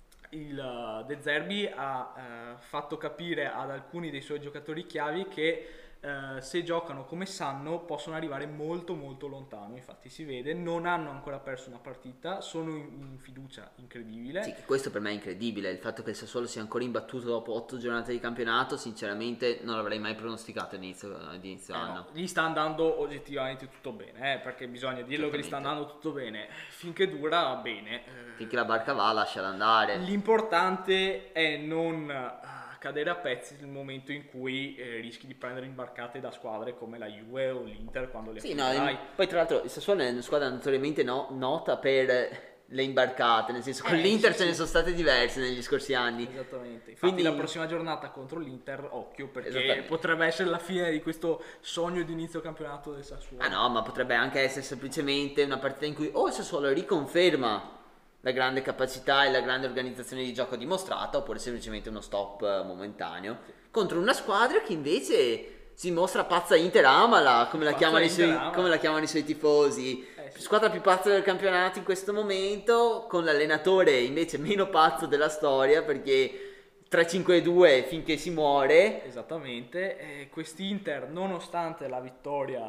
De Zerbi ha fatto capire ad alcuni dei suoi giocatori chiavi che se giocano come sanno possono arrivare molto molto lontano. Infatti si vede, non hanno ancora perso una partita, sono in fiducia incredibile. Sì, questo per me è incredibile, il fatto che il Sassuolo sia ancora imbattuto dopo 8 giornate di campionato sinceramente non l'avrei mai pronosticato all'inizio anno. No, gli sta andando oggettivamente tutto bene, perché bisogna dirlo che gli sta andando tutto bene, finché dura bene, finché la barca va lasciala andare. L'importante è non cadere a pezzi nel momento in cui rischi di prendere imbarcate da squadre come la Juve o l'Inter quando le affronterai. Poi tra l'altro il Sassuolo è una squadra notoriamente nota per le imbarcate, nel senso con l'Inter ce ne sono state diverse negli scorsi anni. Esattamente, infatti quindi la prossima giornata contro l'Inter, occhio, perché potrebbe essere la fine di questo sogno di inizio campionato del Sassuolo. No, ma potrebbe anche essere semplicemente una partita in cui o il Sassuolo riconferma la grande capacità e la grande organizzazione di gioco dimostrata, oppure semplicemente uno stop momentaneo contro una squadra che invece si mostra pazza Inter amala, come la chiamano i suoi tifosi. Squadra più pazza del campionato in questo momento, con l'allenatore invece meno pazzo della storia, perché 3-5-2 finché si muore. Esattamente, quest'Inter nonostante la vittoria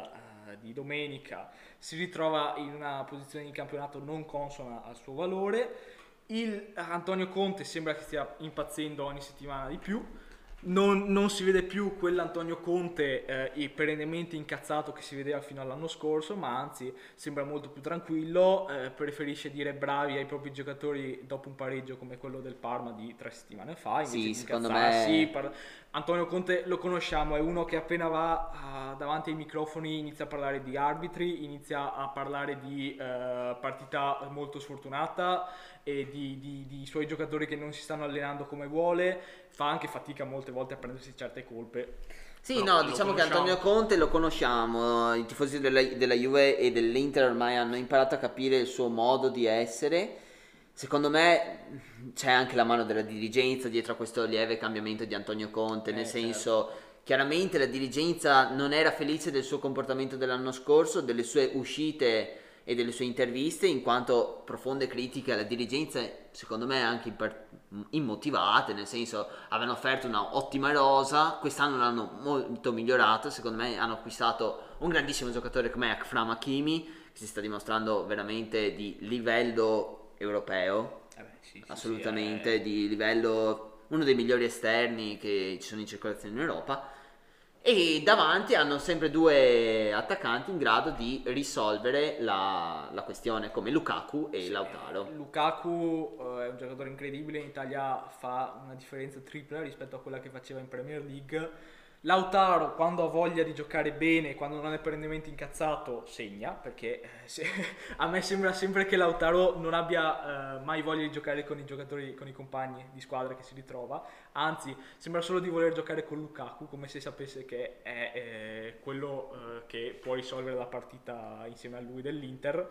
di domenica si ritrova in una posizione di campionato non consona al suo valore. Antonio Conte sembra che stia impazzendo ogni settimana di più. Non si vede più quell'Antonio Conte perennemente incazzato che si vedeva fino all'anno scorso, ma anzi sembra molto più tranquillo, preferisce dire bravi ai propri giocatori dopo un pareggio come quello del Parma di 3 settimane fa, invece di secondo incazzarsi. me Antonio Conte lo conosciamo, è uno che appena va davanti ai microfoni inizia a parlare di arbitri, inizia a parlare di partita molto sfortunata e di suoi giocatori che non si stanno allenando come vuole, fa anche fatica molte volte a prendersi certe colpe. Sì, no, diciamo che Antonio Conte lo conosciamo, i tifosi della Juve e dell'Inter ormai hanno imparato a capire il suo modo di essere. Secondo me c'è anche la mano della dirigenza dietro a questo lieve cambiamento di Antonio Conte, nel senso, chiaramente la dirigenza non era felice del suo comportamento dell'anno scorso, delle sue uscite e delle sue interviste, in quanto profonde critiche alla dirigenza, secondo me anche immotivate, nel senso avevano offerto una ottima rosa, quest'anno l'hanno molto migliorata, secondo me hanno acquistato un grandissimo giocatore come Achraf Hakimi, che si sta dimostrando veramente di livello europeo, assolutamente di livello, uno dei migliori esterni che ci sono in circolazione in Europa. E davanti hanno sempre 2 attaccanti in grado di risolvere la questione, come Lukaku e Lautaro. Lukaku è un giocatore incredibile, in Italia fa una differenza tripla rispetto a quella che faceva in Premier League. Lautaro, quando ha voglia di giocare bene, quando non è perennemente incazzato, segna, perché a me sembra sempre che Lautaro non abbia mai voglia di giocare con i giocatori, con i compagni di squadra che si ritrova, anzi sembra solo di voler giocare con Lukaku, come se sapesse che è quello che può risolvere la partita insieme a lui dell'Inter.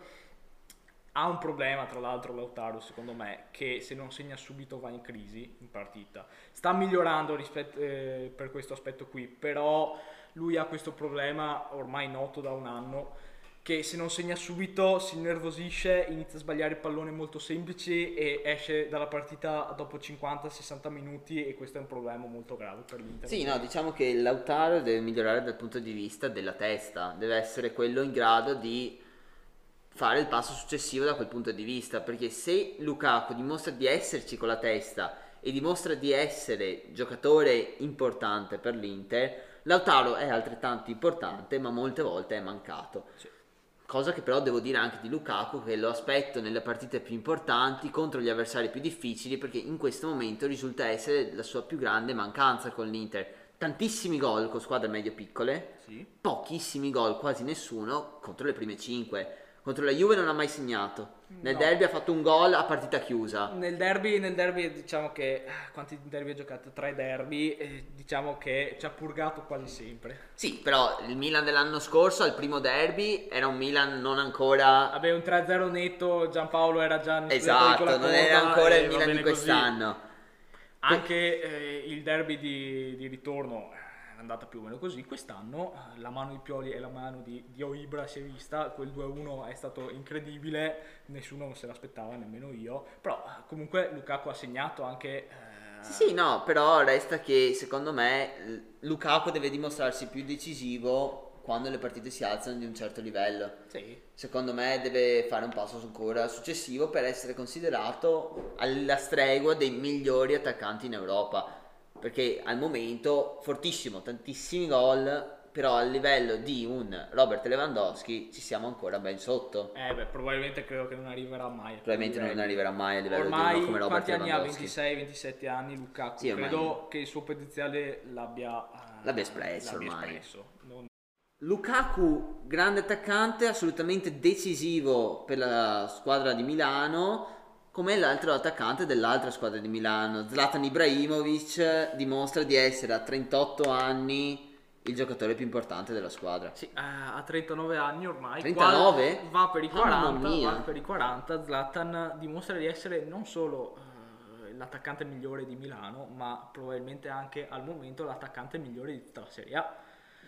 Ha un problema, tra l'altro, Lautaro, secondo me, che se non segna subito va in crisi in partita. Sta migliorando per questo aspetto qui, però lui ha questo problema ormai noto da un anno, che se non segna subito si innervosisce, inizia a sbagliare pallone molto semplici e esce dalla partita dopo 50-60 minuti, e questo è un problema molto grave per l'Inter. Sì, no, diciamo che Lautaro deve migliorare dal punto di vista della testa, deve essere quello in grado di fare il passo successivo da quel punto di vista, perché se Lukaku dimostra di esserci con la testa e dimostra di essere giocatore importante per l'Inter, Lautaro è altrettanto importante, ma molte volte è mancato. Sì. Cosa che però devo dire anche di Lukaku, che lo aspetto nelle partite più importanti contro gli avversari più difficili, perché in questo momento risulta essere la sua più grande mancanza con l'Inter. Tantissimi gol con squadre medio-piccole, pochissimi gol, quasi nessuno contro le prime 5. Contro la Juve non ha mai segnato. Nel derby ha fatto un gol a partita chiusa. Nel derby diciamo che quanti derby ha giocato? 3 derby, diciamo che ci ha purgato quasi sempre. Sì, però il Milan dell'anno scorso al primo derby era un Milan non ancora... Vabbè, un 3-0 netto, Giampaolo era già nel esatto, non era ancora il Milan di quest'anno. Così. Anche il derby di ritorno è andata più o meno così. Quest'anno la mano di Pioli e la mano di Oibra si è vista, quel 2-1 è stato incredibile, nessuno se l'aspettava, nemmeno io, però comunque Lukaku ha segnato anche... Sì, no, però resta che secondo me Lukaku deve dimostrarsi più decisivo quando le partite si alzano di un certo livello. Sì. Secondo me deve fare un passo ancora successivo per essere considerato alla stregua dei migliori attaccanti in Europa, perché al momento fortissimo, tantissimi gol, però a livello di un Robert Lewandowski ci siamo ancora ben sotto. Probabilmente credo che non arriverà mai. Probabilmente non arriverà mai a livello ormai, di uno come Robert Lewandowski. Ormai quanti anni ha? 26-27 anni Lukaku. Sì, credo che il suo potenziale l'abbia espresso ormai. Non... Lukaku, grande attaccante, assolutamente decisivo per la squadra di Milano, come l'altro attaccante dell'altra squadra di Milano. Zlatan Ibrahimovic dimostra di essere a 38 anni il giocatore più importante della squadra. Sì, ha 39 anni ormai. 39? Va per i 40. Zlatan dimostra di essere non solo l'attaccante migliore di Milano, ma probabilmente anche al momento l'attaccante migliore di tutta la Serie A.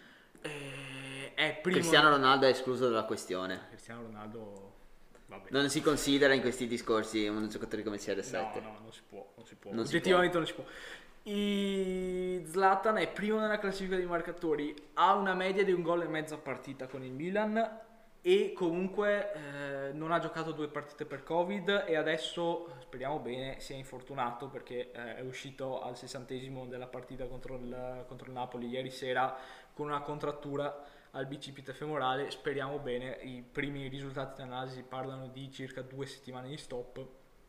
Cristiano Ronaldo è escluso dalla questione. Cristiano Ronaldo, vabbè, non si considera in questi discorsi un giocatore come CR7. No, non si può. Oggettivamente non si può. Zlatan è primo nella classifica dei marcatori, ha una media di 1,5 gol a partita con il Milan e comunque non ha giocato 2 partite per Covid e adesso, speriamo bene, si è infortunato perché è uscito al 60° della partita contro il Napoli ieri sera con una contrattura al bicipite femorale. Speriamo bene, i primi risultati di analisi parlano di circa 2 settimane di stop.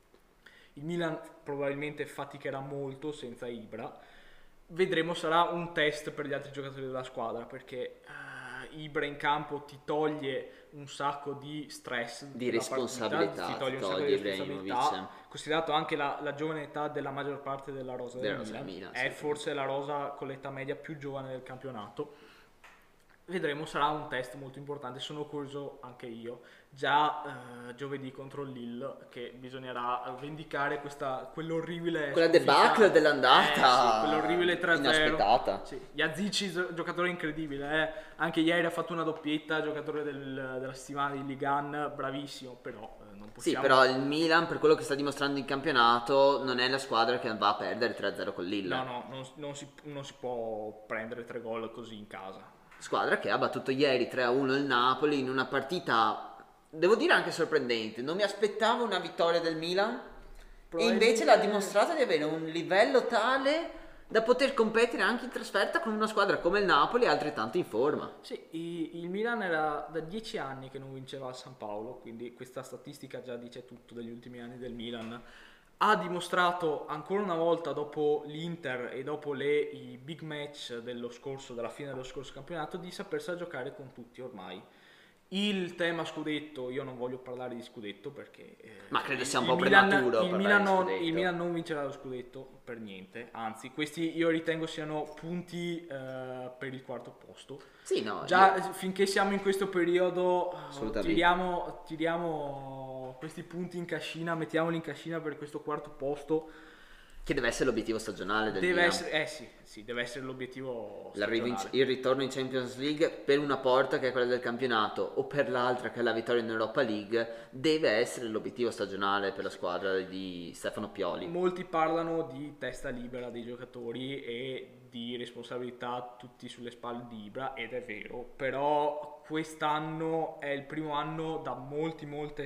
Il Milan probabilmente faticherà molto senza Ibra. Vedremo, sarà un test per gli altri giocatori della squadra perché Ibra in campo ti toglie un sacco di stress, di responsabilità, partita, ti toglie un sacco di responsabilità, considerato anche la giovane età della maggior parte della rosa del Milan. È forse la rosa con l'età media più giovane del campionato. Vedremo, sarà un test molto importante, sono curioso anche io. Già giovedì contro il Lille che bisognerà vendicare quell'orribile quella debacle dell'andata, sì, quell'orribile 3-0 inaspettata. Sì. Yazici, giocatore incredibile, anche ieri ha fatto una doppietta, giocatore della settimana di Ligue 1, bravissimo, però non possiamo... Sì, però il Milan, per quello che sta dimostrando in campionato, non è la squadra che va a perdere 3-0 con Lille. No, non si può prendere 3 gol così in casa. Squadra che ha battuto ieri 3-1 il Napoli in una partita, devo dire, anche sorprendente. Non mi aspettavo una vittoria del Milan e invece l'ha dimostrato di avere un livello tale da poter competere anche in trasferta con una squadra come il Napoli altrettanto in forma. Sì, il Milan era da 10 anni che non vinceva al San Paolo, quindi questa statistica già dice tutto degli ultimi anni del Milan. Ha dimostrato ancora una volta dopo l'Inter e dopo i big match della fine dello scorso campionato di sapersi giocare con tutti ormai. Il tema scudetto, io non voglio parlare di scudetto perché ma credo sia un po' prematuro il Milan non vincerà lo scudetto per niente, anzi questi io ritengo siano punti per il quarto posto. Sì, no, finché siamo in questo periodo tiriamo questi punti in cascina, mettiamoli in cascina per questo quarto posto. Che deve essere l'obiettivo stagionale del Milan. Sì, deve essere l'obiettivo stagionale. Il ritorno in Champions League per una porta che è quella del campionato o per l'altra che è la vittoria in Europa League deve essere l'obiettivo stagionale per la squadra di Stefano Pioli. Molti parlano di testa libera dei giocatori e di responsabilità tutti sulle spalle di Ibra ed è vero, però quest'anno è il primo anno da molte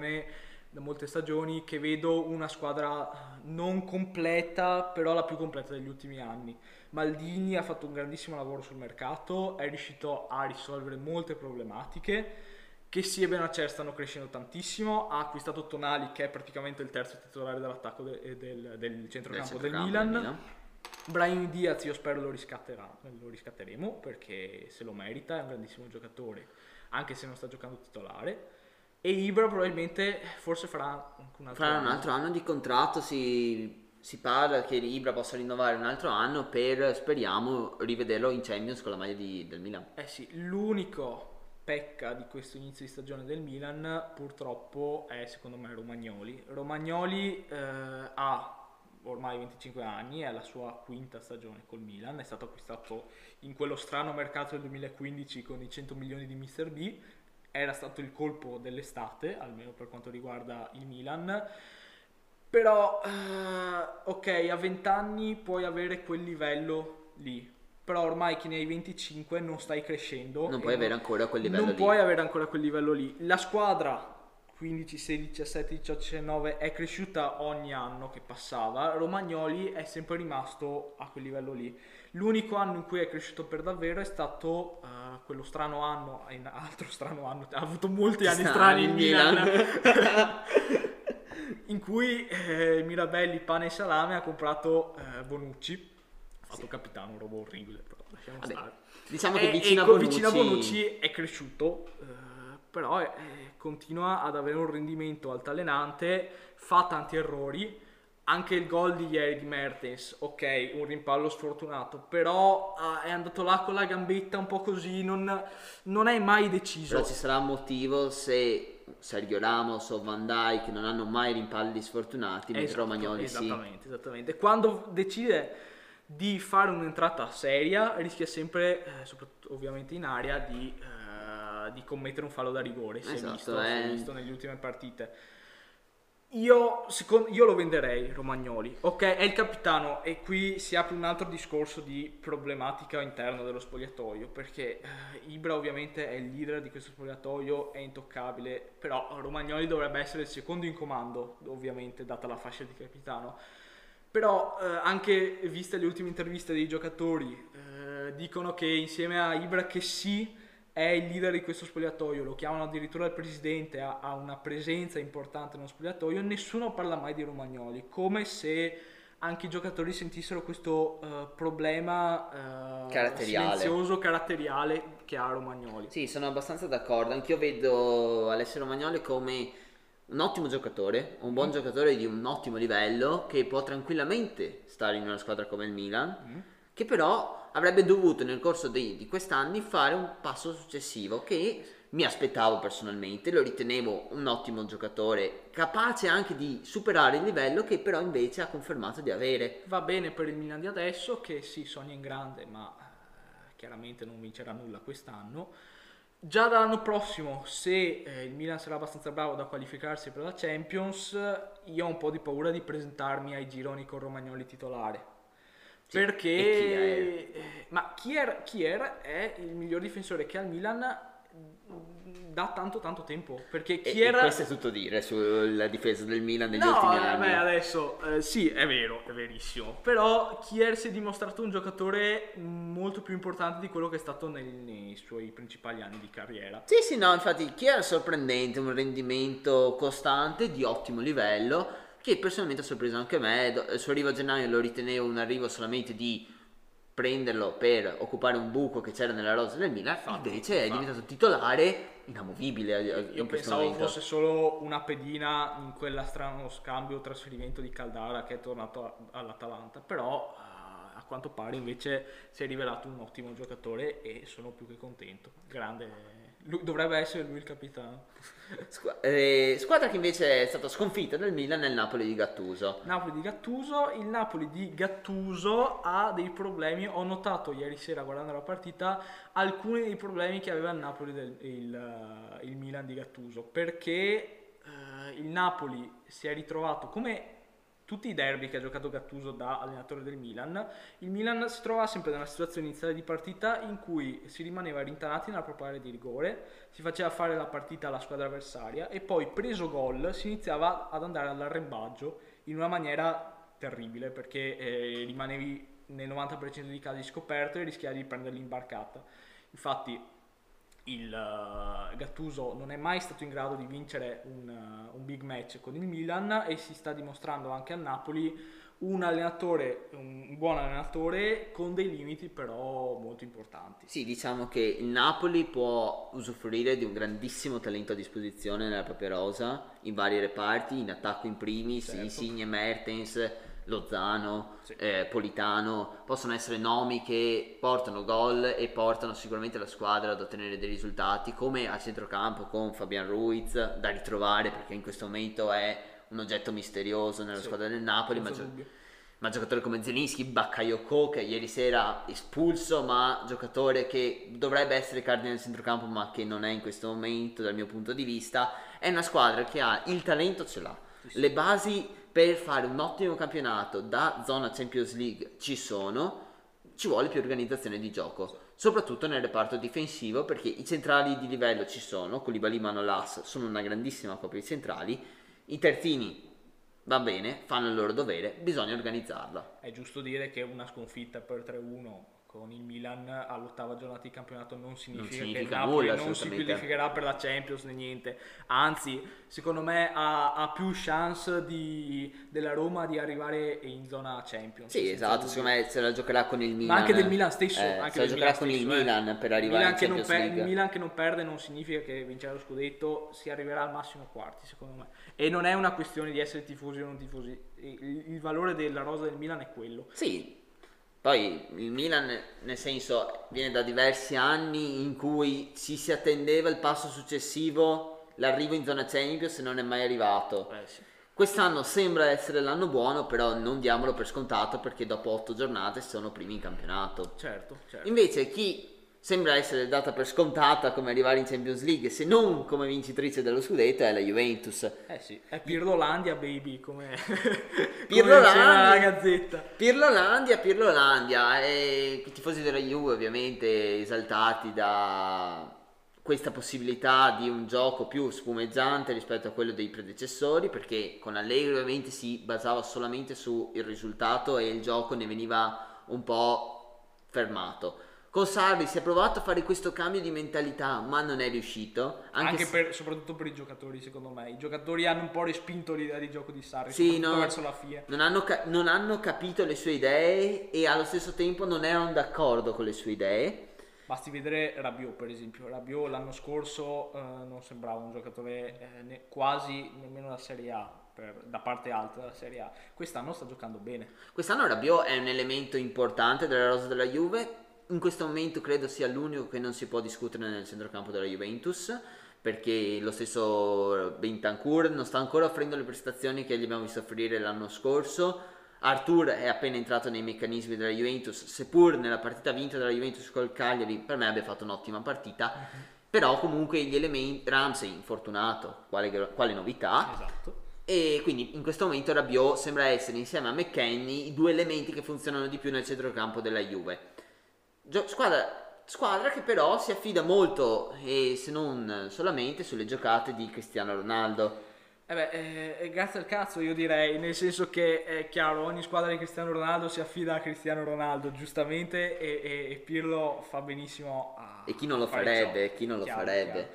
stagioni che vedo una squadra non completa, però la più completa degli ultimi anni. Maldini ha fatto un grandissimo lavoro sul mercato, è riuscito a risolvere molte problematiche che sì e Benacer stanno crescendo tantissimo, ha acquistato Tonali che è praticamente il terzo titolare dell'attacco del centrocampo del Milan. Brahim Diaz io spero lo riscatteremo perché se lo merita, è un grandissimo giocatore anche se non sta giocando titolare. E Ibra probabilmente forse farà un altro anno di contratto, si parla che Ibra possa rinnovare un altro anno per, speriamo, rivederlo in Champions con la maglia del Milan. Sì, l'unico pecca di questo inizio di stagione del Milan purtroppo è secondo me Romagnoli ha ormai 25 anni, è la sua quinta stagione col Milan, è stato acquistato in quello strano mercato del 2015 con i 100 milioni di Mr. B. Era stato il colpo dell'estate, almeno per quanto riguarda il Milan. Però, ok, a 20 anni puoi avere quel livello lì. Però ormai che ne hai 25 non stai crescendo. Non puoi avere ancora quel livello lì. Non puoi avere ancora quel livello lì. La squadra 15, 16, 17, 18, 19 è cresciuta ogni anno che passava. Romagnoli è sempre rimasto a quel livello lì. L'unico anno in cui è cresciuto per davvero è stato quello strano anno, ha avuto molti anni strani in Milan, in cui Mirabelli, pane e salame ha comprato Bonucci, ha fatto capitano, roba orribile, però lasciamo stare. Diciamo che vicino a Bonucci è cresciuto, però continua ad avere un rendimento altalenante, fa tanti errori. Anche il gol di ieri di Mertens, ok, un rimpallo sfortunato, però è andato là con la gambetta un po' così, non è mai deciso. Però ci sarà un motivo se Sergio Ramos o Van Dijk non hanno mai rimpalli sfortunati, mentre Romagnoli esattamente. Quando decide di fare un'entrata seria rischia sempre, soprattutto ovviamente in area, di commettere un fallo da rigore, si è visto nelle ultime partite. Io lo venderei Romagnoli, ok? È il capitano e qui si apre un altro discorso di problematica interna dello spogliatoio, perché Ibra ovviamente è il leader di questo spogliatoio, è intoccabile, però Romagnoli dovrebbe essere il secondo in comando, ovviamente, data la fascia di capitano. Però anche viste le ultime interviste dei giocatori, dicono che insieme a Ibra, che sì, è il leader di questo spogliatoio, lo chiamano addirittura il presidente, ha una presenza importante nello spogliatoio, nessuno parla mai di Romagnoli, come se anche i giocatori sentissero questo problema silenzioso, caratteriale che ha Romagnoli. Sì, sono abbastanza d'accordo. Anch'io vedo Alessio Romagnoli come un ottimo giocatore, un buon giocatore di un ottimo livello che può tranquillamente stare in una squadra come il Milan, che però avrebbe dovuto nel corso di quest'anni fare un passo successivo che mi aspettavo personalmente, lo ritenevo un ottimo giocatore, capace anche di superare il livello che però invece ha confermato di avere. Va bene per il Milan di adesso, che sì, sogna in grande, ma chiaramente non vincerà nulla quest'anno. Già dall'anno prossimo, se il Milan sarà abbastanza bravo da qualificarsi per la Champions, io ho un po' di paura di presentarmi ai gironi con Romagnoli titolare. Sì, Perché e ma Kier è il miglior difensore che al Milan da tanto tempo, perché E questo è tutto dire sulla difesa del Milan negli no, ultimi anni. beh, adesso sì, è vero, è verissimo. Però Kier si è dimostrato un giocatore molto più importante di quello che è stato nei suoi principali anni di carriera. Sì, sì, no, infatti chi era sorprendente, un rendimento costante di ottimo livello che personalmente ha sorpreso anche me. Il suo arrivo a gennaio lo ritenevo un arrivo solamente di prenderlo per occupare un buco che c'era nella rosa del Milan, invece è diventato titolare inamovibile Io in questo pensavo momento. fosse solo una pedina in quella strano scambio trasferimento di Caldara che è tornato all'Atalanta, però a quanto pare invece si è rivelato un ottimo giocatore e sono più che contento. Grande, dovrebbe essere lui il capitano. Squadra che invece è stata sconfitta dal Milan è il Napoli di Gattuso. Il Napoli di Gattuso ha dei problemi, ho notato ieri sera guardando la partita alcuni dei problemi che aveva il Napoli il Milan di Gattuso, perché il Napoli si è ritrovato come tutti i derby che ha giocato Gattuso da allenatore del Milan, il Milan si trovava sempre nella situazione iniziale di partita in cui si rimaneva rintanati nella propria area di rigore, si faceva fare la partita alla squadra avversaria e poi preso gol si iniziava ad andare all'arrembaggio in una maniera terribile, perché rimanevi nel 90% dei casi scoperto e rischiavi di prendere l'imbarcata. Infatti il Gattuso non è mai stato in grado di vincere un big match con il Milan e si sta dimostrando anche al Napoli un buon allenatore con dei limiti però molto importanti. Sì, diciamo che il Napoli può usufruire di un grandissimo talento a disposizione nella propria rosa, in vari reparti, in attacco in primis, certo. Insigne, Mertens, Lozano, Sì. Politano, possono essere nomi che portano gol e portano sicuramente la squadra ad ottenere dei risultati, come a centrocampo con Fabian Ruiz, da ritrovare perché in questo momento è un oggetto misterioso nella squadra del Napoli, ma giocatori come Zelinski, Bakayoko che ieri sera espulso, ma giocatore che dovrebbe essere cardine del centrocampo ma che non è in questo momento dal mio punto di vista. È una squadra che ha il talento, ce l'ha, le basi per fare un ottimo campionato da zona Champions League ci sono, ci vuole più organizzazione di gioco, soprattutto nel reparto difensivo, perché i centrali di livello ci sono, Koulibaly, Manolas sono una grandissima coppia di centrali, i terzini va bene, fanno il loro dovere, bisogna organizzarla. È giusto dire che una sconfitta per 3-1 con il Milan all'ottava giornata di campionato non significa che il Napoli nulla, non si qualificherà per la Champions né niente, anzi secondo me ha più chance della Roma di arrivare in zona Champions. Sì, esatto, secondo me se la giocherà con il Milan, ma anche del Milan stesso, se la giocherà con il Milan per arrivare in Champions League. Il Milan che non perde non significa che vincerà lo scudetto, si arriverà al massimo a quarti secondo me, e non è una questione di essere tifosi o non tifosi, il valore della rosa del Milan è quello. Sì. Poi il Milan, nel senso, viene da diversi anni in cui si attendeva il passo successivo, l'arrivo in zona Champions, e non è mai arrivato. Sì. Quest'anno sembra essere l'anno buono, però non diamolo per scontato perché dopo 8 giornate sono primi in campionato. Certo. Invece chi sembra essere data per scontata come arrivare in Champions League, se non come vincitrice dello scudetto è la Juventus. Eh sì, è Pirlolandia baby, come Pirlolandia, diceva la Gazzetta. Pirlolandia, e i tifosi della Juve ovviamente esaltati da questa possibilità di un gioco più spumeggiante rispetto a quello dei predecessori, perché con Allegri ovviamente si basava solamente sul risultato e il gioco ne veniva un po' fermato. Con Sarri si è provato a fare questo cambio di mentalità, ma non è riuscito. Soprattutto per i giocatori, secondo me. I giocatori hanno un po' respinto l'idea di gioco di Sarri, sì, soprattutto no, verso la fine. non hanno capito le sue idee e allo stesso tempo non erano d'accordo con le sue idee. Basti vedere Rabiot, per esempio. Rabiot l'anno scorso non sembrava un giocatore quasi nemmeno da Serie A, da parte alta della Serie A. Quest'anno sta giocando bene. Quest'anno Rabiot è un elemento importante della rosa della Juve. In questo momento credo sia l'unico che non si può discutere nel centrocampo della Juventus, perché lo stesso Bentancur non sta ancora offrendo le prestazioni che gli abbiamo visto offrire l'anno scorso. Arthur è appena entrato nei meccanismi della Juventus, seppur nella partita vinta dalla Juventus col Cagliari per me abbia fatto un'ottima partita, però comunque gli elementi, Ramsey infortunato, quale novità. Esatto. E quindi in questo momento Rabiot sembra essere insieme a McKennie i due elementi che funzionano di più nel centrocampo della Juve. Squadra che però si affida molto, e se non solamente, sulle giocate di Cristiano Ronaldo. Grazie al cazzo, io direi, nel senso che è chiaro, ogni squadra di Cristiano Ronaldo si affida a Cristiano Ronaldo, giustamente, e Pirlo fa benissimo a E chi non lo fare farebbe? ciò. Chi non lo Chiaro, farebbe? chiaro.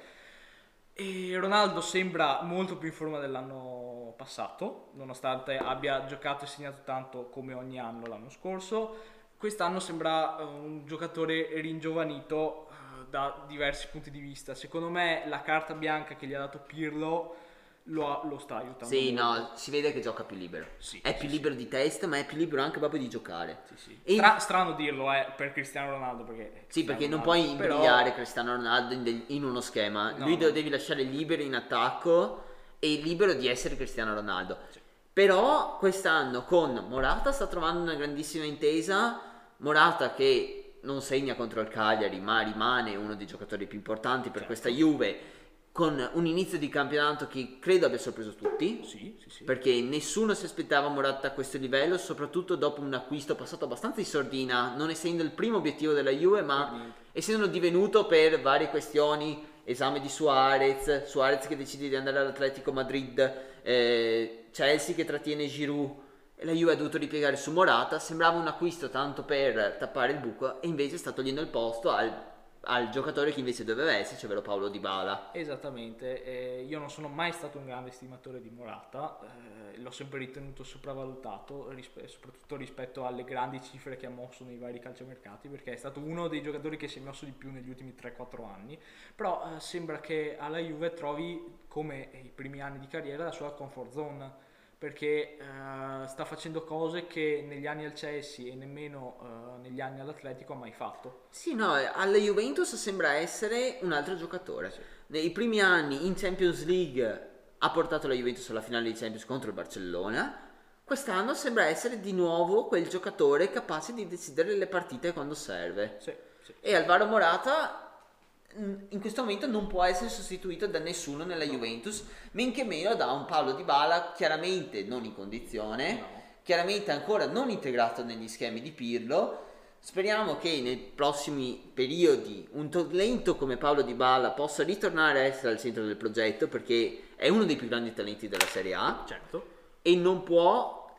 E Ronaldo sembra molto più in forma dell'anno passato, nonostante abbia giocato e segnato tanto come ogni anno l'anno scorso. Quest'anno sembra un giocatore ringiovanito da diversi punti di vista. Secondo me la carta bianca che gli ha dato Pirlo lo sta aiutando Sì, molto. no, si vede che gioca più libero. Sì, è più libero di testa, ma è più libero anche proprio di giocare. Sì. E Strano dirlo per Cristiano Ronaldo, perché sì, perché non Ronaldo, puoi imbrigliare però Cristiano Ronaldo in uno schema. No, Lui no. devi lasciare libero in attacco e libero di essere Cristiano Ronaldo. Però quest'anno con Morata sta trovando una grandissima intesa. Morata che non segna contro il Cagliari, ma rimane uno dei giocatori più importanti per questa Juve, con un inizio di campionato che credo abbia sorpreso tutti. Sì. Perché nessuno si aspettava Morata a questo livello, soprattutto dopo un acquisto passato abbastanza in sordina, non essendo il primo obiettivo della Juve, ma essendo divenuto per varie questioni, esame di Suarez che decide di andare all'Atletico Madrid, Chelsea che trattiene Giroud, e la Juve ha dovuto ripiegare su Morata. Sembrava un acquisto tanto per tappare il buco, e invece sta togliendo il posto al giocatore che invece doveva esserci, ovvero Paulo Dybala. Esattamente, io non sono mai stato un grande stimatore di Morata, l'ho sempre ritenuto sopravvalutato, soprattutto rispetto alle grandi cifre che ha mosso nei vari calciomercati, perché è stato uno dei giocatori che si è mosso di più negli ultimi 3-4 anni, però sembra che alla Juve trovi, come i primi anni di carriera, la sua comfort zone, perché sta facendo cose che negli anni al Chelsea e nemmeno negli anni all'Atletico ha mai fatto. Sì, no, alla Juventus sembra essere un altro giocatore. Nei primi anni in Champions League ha portato la Juventus alla finale di Champions contro il Barcellona. Quest'anno sembra essere di nuovo quel giocatore capace di decidere le partite quando serve. Sì. E Alvaro Morata in questo momento non può essere sostituito da nessuno nella Juventus, men che meno da un Paulo Dybala chiaramente non in condizione, chiaramente ancora non integrato negli schemi di Pirlo. Speriamo che nei prossimi periodi un talento come Paulo Dybala possa ritornare a essere al centro del progetto, perché è uno dei più grandi talenti della Serie A. Certo. E non può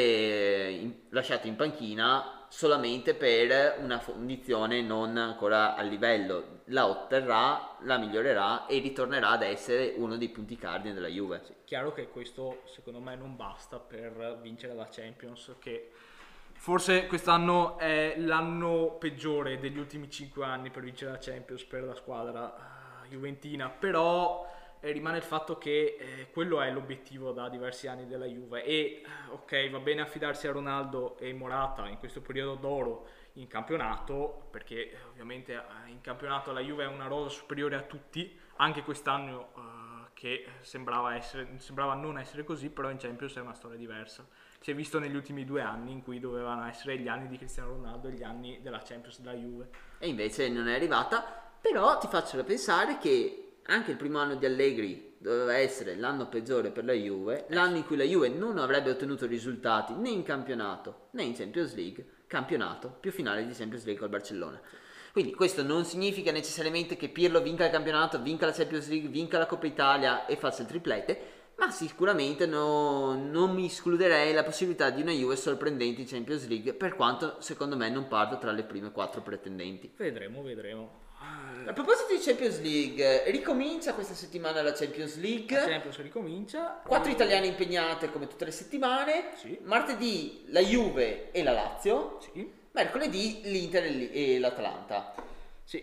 essere lasciato in panchina solamente per una condizione non ancora a livello. La otterrà, la migliorerà e ritornerà ad essere uno dei punti cardine della Juve. Sì, chiaro che questo secondo me non basta per vincere la Champions, che forse quest'anno è l'anno peggiore degli ultimi 5 anni per vincere la Champions per la squadra juventina, però rimane il fatto che quello è l'obiettivo da diversi anni della Juve, e ok, va bene affidarsi a Ronaldo e Morata in questo periodo d'oro in campionato, perché ovviamente in campionato la Juve è una rosa superiore a tutti, anche quest'anno che sembrava non essere così, però in Champions è una storia diversa. si è visto negli ultimi 2 anni in cui dovevano essere gli anni di Cristiano Ronaldo e gli anni della Champions della Juve. E invece non è arrivata, però ti faccio da pensare che anche il primo anno di Allegri doveva essere l'anno peggiore per la Juve, l'anno in cui la Juve non avrebbe ottenuto risultati né in campionato né in Champions League, campionato più finale di Champions League col Barcellona. Quindi questo non significa necessariamente che Pirlo vinca il campionato, vinca la Champions League, vinca la Coppa Italia e faccia il triplete, ma sicuramente non mi escluderei la possibilità di una Juve sorprendente in Champions League, per quanto secondo me non parlo tra le prime 4 pretendenti. Vedremo. A proposito di Champions League, ricomincia questa settimana la Champions League. La Champions ricomincia. 4 italiane impegnate come tutte le settimane. Sì. Martedì la Juve e la Lazio. Sì. Mercoledì l'Inter e l'Atalanta. Sì,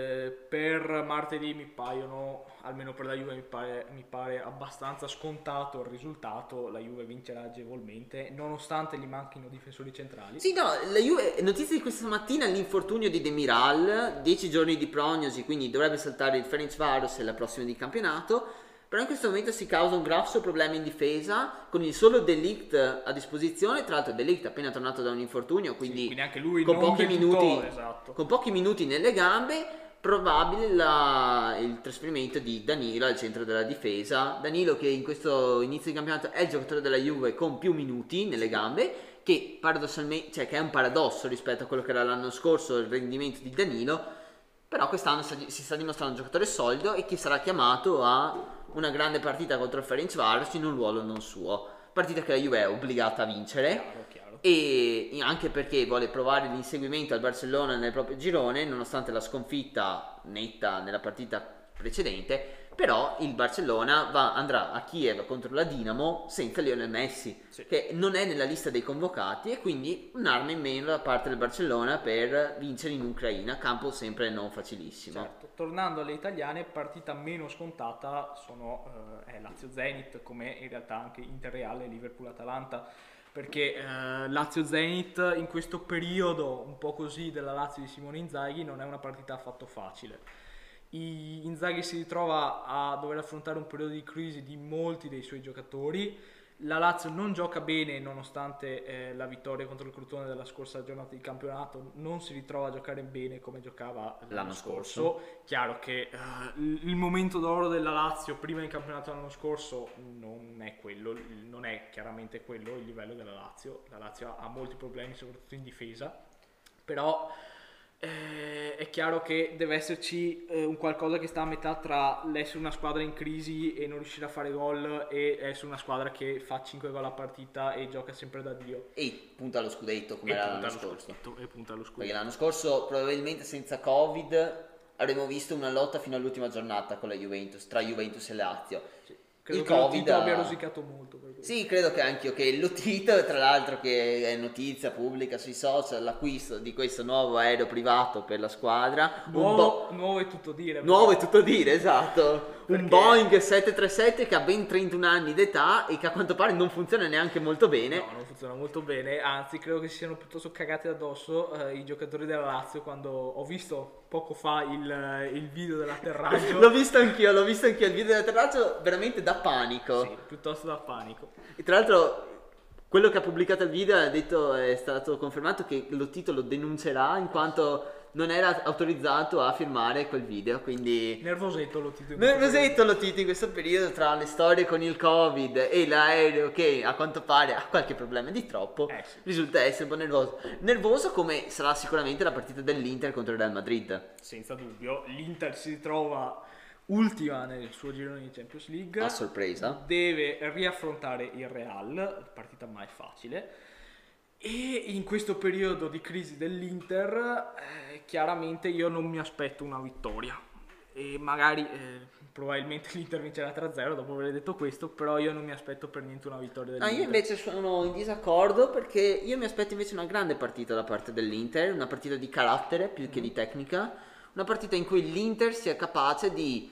per martedì mi paiono, almeno per la Juve mi pare abbastanza scontato il risultato. La Juve vincerà agevolmente, nonostante gli manchino difensori centrali. Sì, no, la Juve, notizia di questa mattina, l'infortunio di Demiral, 10 giorni di prognosi, quindi dovrebbe saltare il Ferencváros e la prossima di campionato. Però in questo momento si causa un grosso problema in difesa con il solo De Ligt a disposizione. Tra l'altro De Ligt è appena tornato da un infortunio, quindi anche lui con non pochi debutò, minuti, esatto. con pochi minuti nelle gambe. Probabile il trasferimento di Danilo al centro della difesa. Danilo, che in questo inizio di campionato è il giocatore della Juve con più minuti nelle gambe, che paradossalmente, cioè che è un paradosso rispetto a quello che era l'anno scorso il rendimento di Danilo, però quest'anno si sta dimostrando un giocatore solido e che sarà chiamato a una grande partita contro il Ferencváros in un ruolo non suo, partita che la Juve è obbligata a vincere. Chiaro. E anche perché vuole provare l'inseguimento al Barcellona nel proprio girone, nonostante la sconfitta netta nella partita precedente. Però il Barcellona andrà a Kiev contro la Dinamo senza Lionel Messi, sì, che non è nella lista dei convocati, e quindi un'arma in meno da parte del Barcellona per vincere in Ucraina, campo sempre non facilissimo. Certo. Tornando alle italiane, partita meno scontata è Lazio-Zenit, come in realtà anche Inter-Real e Liverpool-Atalanta, perché Lazio-Zenit in questo periodo un po' così della Lazio di Simone Inzaghi non è una partita affatto facile. Inzaghi si ritrova a dover affrontare un periodo di crisi di molti dei suoi giocatori. La Lazio non gioca bene nonostante la vittoria contro il Crotone della scorsa giornata di campionato, non si ritrova a giocare bene come giocava l'anno scorso. Chiaro che il momento d'oro della Lazio prima del campionato dell'anno scorso non è chiaramente quello il livello della Lazio. La Lazio ha molti problemi soprattutto in difesa, però è chiaro che deve esserci un qualcosa che sta a metà tra l'essere una squadra in crisi e non riuscire a fare gol e essere una squadra che fa 5 gol a partita e gioca sempre da Dio e punta allo scudetto come era l'anno scorso. Perché l'anno scorso probabilmente senza Covid avremmo visto una lotta fino all'ultima giornata con la Juventus, tra Juventus e Lazio. Sì. Credo il che Covid Lotito abbia rosicato molto per questo. Sì, credo che anch'io, che Lotito, tra l'altro, che è notizia pubblica sui social, l'acquisto di questo nuovo aereo privato per la squadra. Nuovo è tutto dire. Nuovo è tutto dire, esatto. Un Boeing 737 che ha ben 31 anni d'età e che a quanto pare non funziona neanche molto bene. No, non funziona molto bene, anzi credo che si siano piuttosto cagati addosso i giocatori della Lazio quando ho visto poco fa il video dell'atterraggio. L'ho visto anch'io, il video dell'atterraggio veramente da panico. Sì, piuttosto da panico. E tra l'altro quello che ha pubblicato il video è stato confermato che Lotito lo denuncerà in quanto non era autorizzato a filmare quel video, quindi nervosetto Lotito in questo periodo tra le storie con il Covid e l'aereo che a quanto pare ha qualche problema di troppo, sì, risulta essere un po' nervoso come sarà sicuramente la partita dell'Inter contro il Real Madrid. Senza dubbio, l'Inter si ritrova ultima nel suo girone di Champions League, a sorpresa deve riaffrontare il Real, partita mai facile. E in questo periodo di crisi dell'Inter chiaramente io non mi aspetto una vittoria e magari probabilmente l'Inter vincerà 3-0 dopo aver detto questo, però io non mi aspetto per niente una vittoria dell'Inter. Io invece sono in disaccordo perché io mi aspetto invece una grande partita da parte dell'Inter, una partita di carattere più che di tecnica, una partita in cui l'Inter sia capace di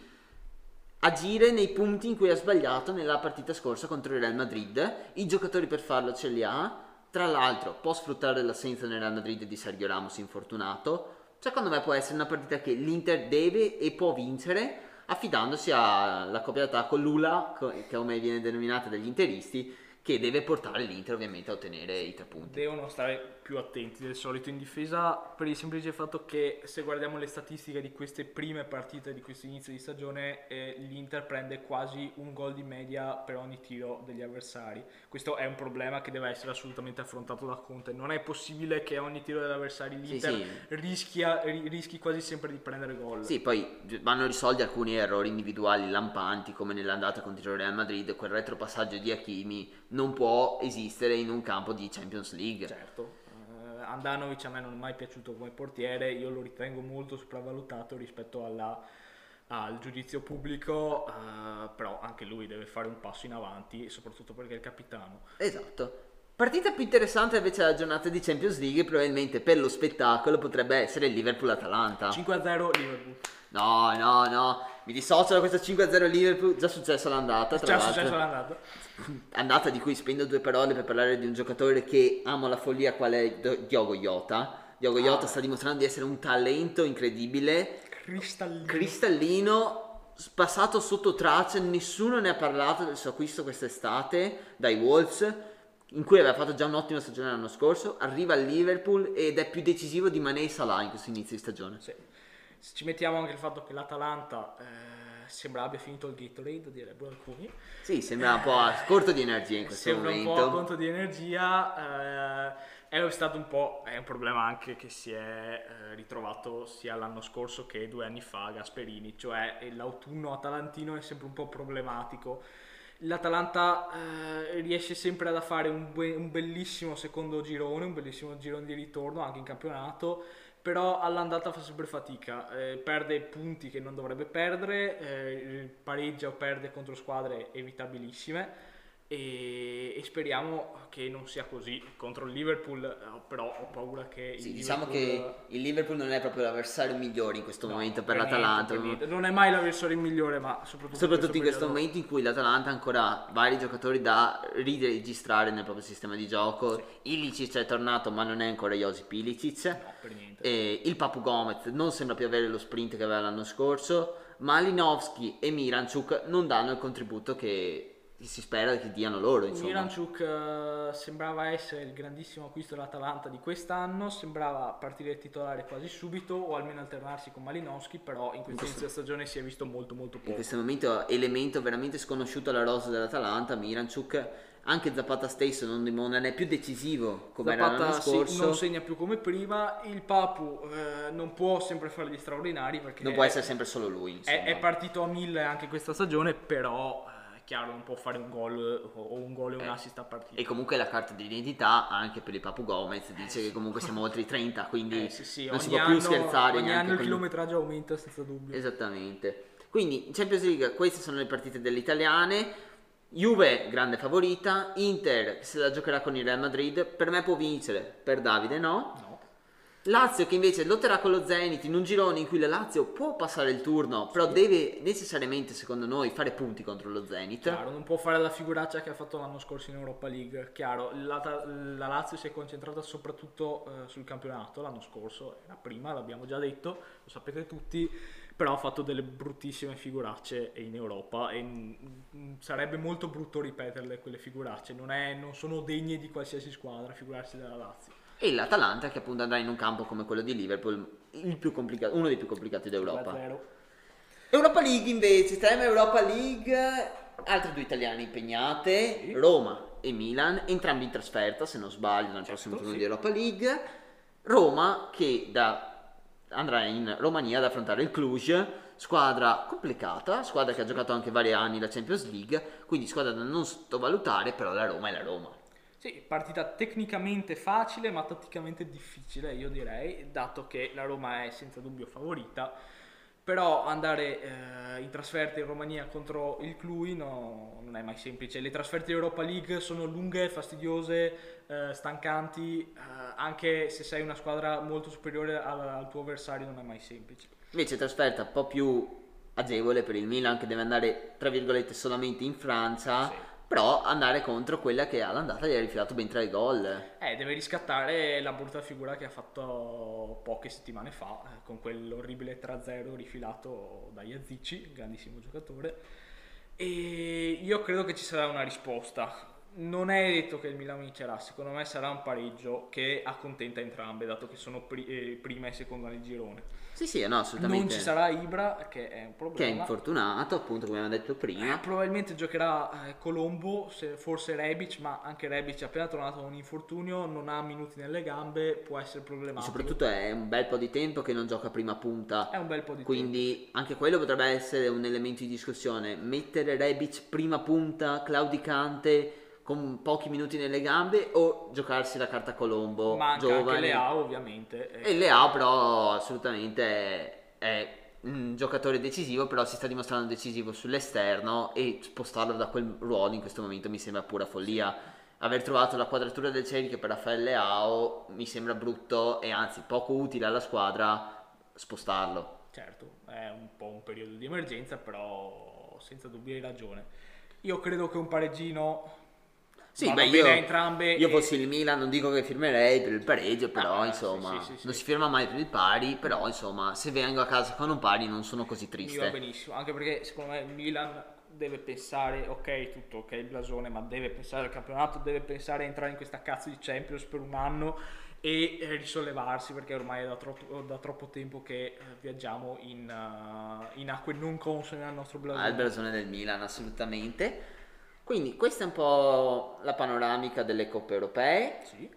agire nei punti in cui ha sbagliato nella partita scorsa contro il Real Madrid. I giocatori per farlo ce li ha. Tra l'altro può sfruttare l'assenza nel Real Madrid di Sergio Ramos infortunato. Secondo me può essere una partita che l'Inter deve e può vincere affidandosi alla coppia d'attacco Lula, che come viene denominata dagli interisti, che deve portare l'Inter ovviamente a ottenere i 3 punti. Devono stare più attenti del solito in difesa, per il semplice fatto che se guardiamo le statistiche di queste prime partite, di questo inizio di stagione, l'Inter prende quasi un gol di media per ogni tiro degli avversari. Questo è un problema che deve essere assolutamente affrontato da Conte. Non è possibile che a ogni tiro degli avversari l'Inter rischi quasi sempre di prendere gol. Sì, poi vanno risolti alcuni errori individuali lampanti, come nell'andata contro il Real Madrid. Quel retropassaggio di Hakimi non può esistere in un campo di Champions League. Certo. Andanovic a me non è mai piaciuto come portiere, io lo ritengo molto sopravvalutato rispetto al giudizio pubblico, però anche lui deve fare un passo in avanti, soprattutto perché è il capitano. Esatto. Partita più interessante invece della giornata di Champions League, probabilmente per lo spettacolo potrebbe essere il Liverpool-Atalanta. 5-0 Liverpool. No, mi dissocio da questo 5-0 Liverpool, già successo all'andata, tra l'altro. Già successo all'andata. Andata di cui spendo 2 parole per parlare di un giocatore che amo la follia, qual è Diogo Jota. Diogo Jota sta dimostrando di essere un talento incredibile, cristallino, passato sotto traccia, nessuno ne ha parlato del suo acquisto quest'estate dai Wolves, in cui aveva fatto già un'ottima stagione l'anno scorso, arriva al Liverpool ed è più decisivo di Mané e Salah in questo inizio di stagione. Sì. Se ci mettiamo anche il fatto che l'Atalanta sembra abbia finito il Gatorade, direbbero alcuni. Sì, sembra un po' corto di energia in questo momento. Sembra un po' corto di energia. È stato è un problema anche che si è ritrovato sia l'anno scorso che 2 anni fa Gasperini, cioè l'autunno atalantino è sempre un po' problematico. L'Atalanta riesce sempre a fare un bellissimo secondo girone, un bellissimo girone di ritorno anche in campionato, però all'andata fa sempre fatica, perde punti che non dovrebbe perdere, pareggia o perde contro squadre evitabilissime e speriamo che non sia così contro il Liverpool, però ho paura che diciamo che il Liverpool non è proprio l'avversario migliore in questo momento per l'Atalanta. Non è mai l'avversario migliore, ma soprattutto in questo momento in cui l'Atalanta ha ancora vari giocatori da riregistrare nel proprio sistema di gioco. Sì. Ilicic è tornato ma non è ancora Josip Ilicic, no, per niente. Il Papu Gomez non sembra più avere lo sprint che aveva l'anno scorso, Malinowski e Miranchuk non danno il contributo che si spera che diano loro, insomma. Miranchuk sembrava essere il grandissimo acquisto dell'Atalanta di quest'anno, sembrava partire titolare quasi subito o almeno alternarsi con Malinowski, però in questa inizio stagione si è visto molto poco. In questo momento elemento veramente sconosciuto alla rosa dell'Atalanta, Miranchuk. Anche Zapata stesso non è più decisivo come era l'anno scorso. Sì, non segna più come prima. Il Papu non può sempre fare gli straordinari perché non può essere sempre solo lui. È partito a 1000 anche questa stagione, però chiaro, non può fare un gol o un gol e un assist a partita. E comunque la carta di identità anche per il Papu Gomez dice che comunque siamo oltre i 30, quindi non si può più scherzare. Ogni anno il chilometraggio aumenta senza dubbio. Esattamente. Quindi in Champions League queste sono le partite delle italiane. Juve grande favorita, Inter che se la giocherà con il Real Madrid, per me può vincere, per Davide no. Lazio che invece lotterà con lo Zenit in un girone in cui la Lazio può passare il turno, però deve necessariamente, secondo noi, fare punti contro lo Zenit. Chiaro, non può fare la figuraccia che ha fatto l'anno scorso in Europa League. Chiaro, la Lazio si è concentrata soprattutto sul campionato l'anno scorso, la prima, l'abbiamo già detto, lo sapete tutti, però ha fatto delle bruttissime figuracce in Europa e sarebbe molto brutto ripeterle quelle figuracce, non sono degne di qualsiasi squadra figurarsi della Lazio. E l'Atalanta che appunto andrà in un campo come quello di Liverpool, uno dei più complicati d'Europa. 2-0. Europa League invece, tema Europa League, altre 2 italiane impegnate, sì. Roma e Milan, entrambi in trasferta se non sbaglio nel prossimo turno di Europa League. Roma che andrà in Romania ad affrontare il Cluj, squadra complicata, squadra che ha giocato anche vari anni la Champions League, quindi squadra da non sottovalutare, però la Roma è la Roma. Sì, partita tecnicamente facile ma tatticamente difficile, io direi, dato che la Roma è senza dubbio favorita, però andare in trasferta in Romania contro il Cluj non è mai semplice. Le trasferte in Europa League sono lunghe, fastidiose, stancanti, anche se sei una squadra molto superiore al tuo avversario non è mai semplice. Invece trasferta un po' più agevole per il Milan che deve andare tra virgolette solamente in Francia. Sì. Però andare contro quella che all'andata gli ha rifilato ben 3 gol. Deve riscattare la brutta figura che ha fatto poche settimane fa con quell'orribile 3-0 rifilato da Iazici, grandissimo giocatore. E io credo che ci sarà una risposta. non è detto che il Milan vincerà, secondo me sarà un pareggio che accontenta entrambe, dato che sono prima e seconda nel girone. Sì, no, assolutamente. Non ci sarà Ibra, che è un Che è problema. infortunato, appunto, come abbiamo detto prima. Probabilmente giocherà Colombo, forse Rebic, ma anche Rebic appena tornato da un infortunio, non ha minuti nelle gambe, può essere E problematico. soprattutto è un bel po' di tempo che non gioca prima punta. È un bel po' di Quindi tempo. anche quello potrebbe essere un elemento di discussione. Mettere Rebic prima punta, claudicante, con pochi minuti nelle gambe, o giocarsi la carta Colombo, Manca giovane. anche Leao, ovviamente. E Leao però assolutamente è un giocatore decisivo, però si sta dimostrando decisivo sull'esterno, e spostarlo da quel ruolo in questo momento mi sembra pura follia. Aver trovato la quadratura del cerchio per Rafael Leao mi sembra brutto, e anzi poco utile alla squadra spostarlo. Certo, è un po' un periodo di emergenza, però senza dubbio hai ragione. Io credo che un pareggino Sì, vada beh, bene a entrambe. io fossi il Milan non dico che firmerei per il pareggio, però insomma sì. non si firma mai per il pari, però insomma se vengo a casa con un pari non sono così Mi va triste. benissimo, anche perché secondo me il Milan deve pensare, ok, tutto ok il blasone, ma deve pensare al campionato, deve pensare a entrare in questa cazzo di Champions per un anno e risollevarsi, perché ormai è da troppo tempo che viaggiamo in acque non consone al nostro blasone. Al blasone del Milan, assolutamente. Quindi questa è un po' la panoramica delle coppe europee. Sì.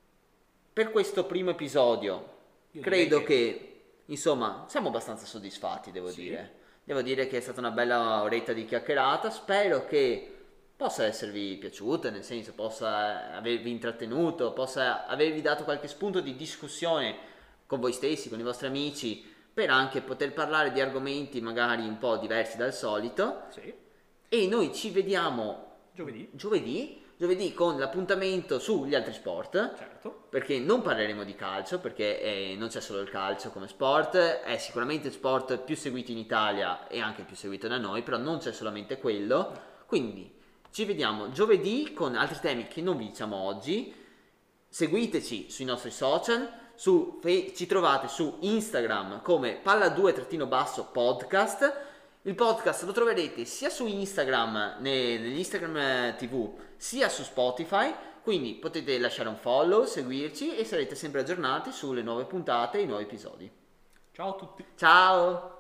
Per questo primo episodio Io direi credo che insomma siamo abbastanza soddisfatti, devo Sì. dire. Devo dire che è stata una bella oretta di chiacchierata, spero che possa esservi piaciuta, nel senso possa avervi intrattenuto, possa avervi dato qualche spunto di discussione con voi stessi, con i vostri amici, per anche poter parlare di argomenti magari un po' diversi dal solito. Sì. E noi ci vediamo Giovedì, con l'appuntamento sugli altri sport, certo. perché non parleremo di calcio, perché non c'è solo il calcio come sport, è sicuramente il sport più seguito in Italia e anche il più seguito da noi, però non c'è solamente quello. Quindi ci vediamo giovedì con altri temi che non vi diciamo oggi. Seguiteci sui nostri social, ci trovate su Instagram come palla2-podcast. Il podcast lo troverete sia su Instagram, negli Instagram TV, sia su Spotify, quindi potete lasciare un follow, seguirci e sarete sempre aggiornati sulle nuove puntate e i nuovi episodi. Ciao a tutti. Ciao!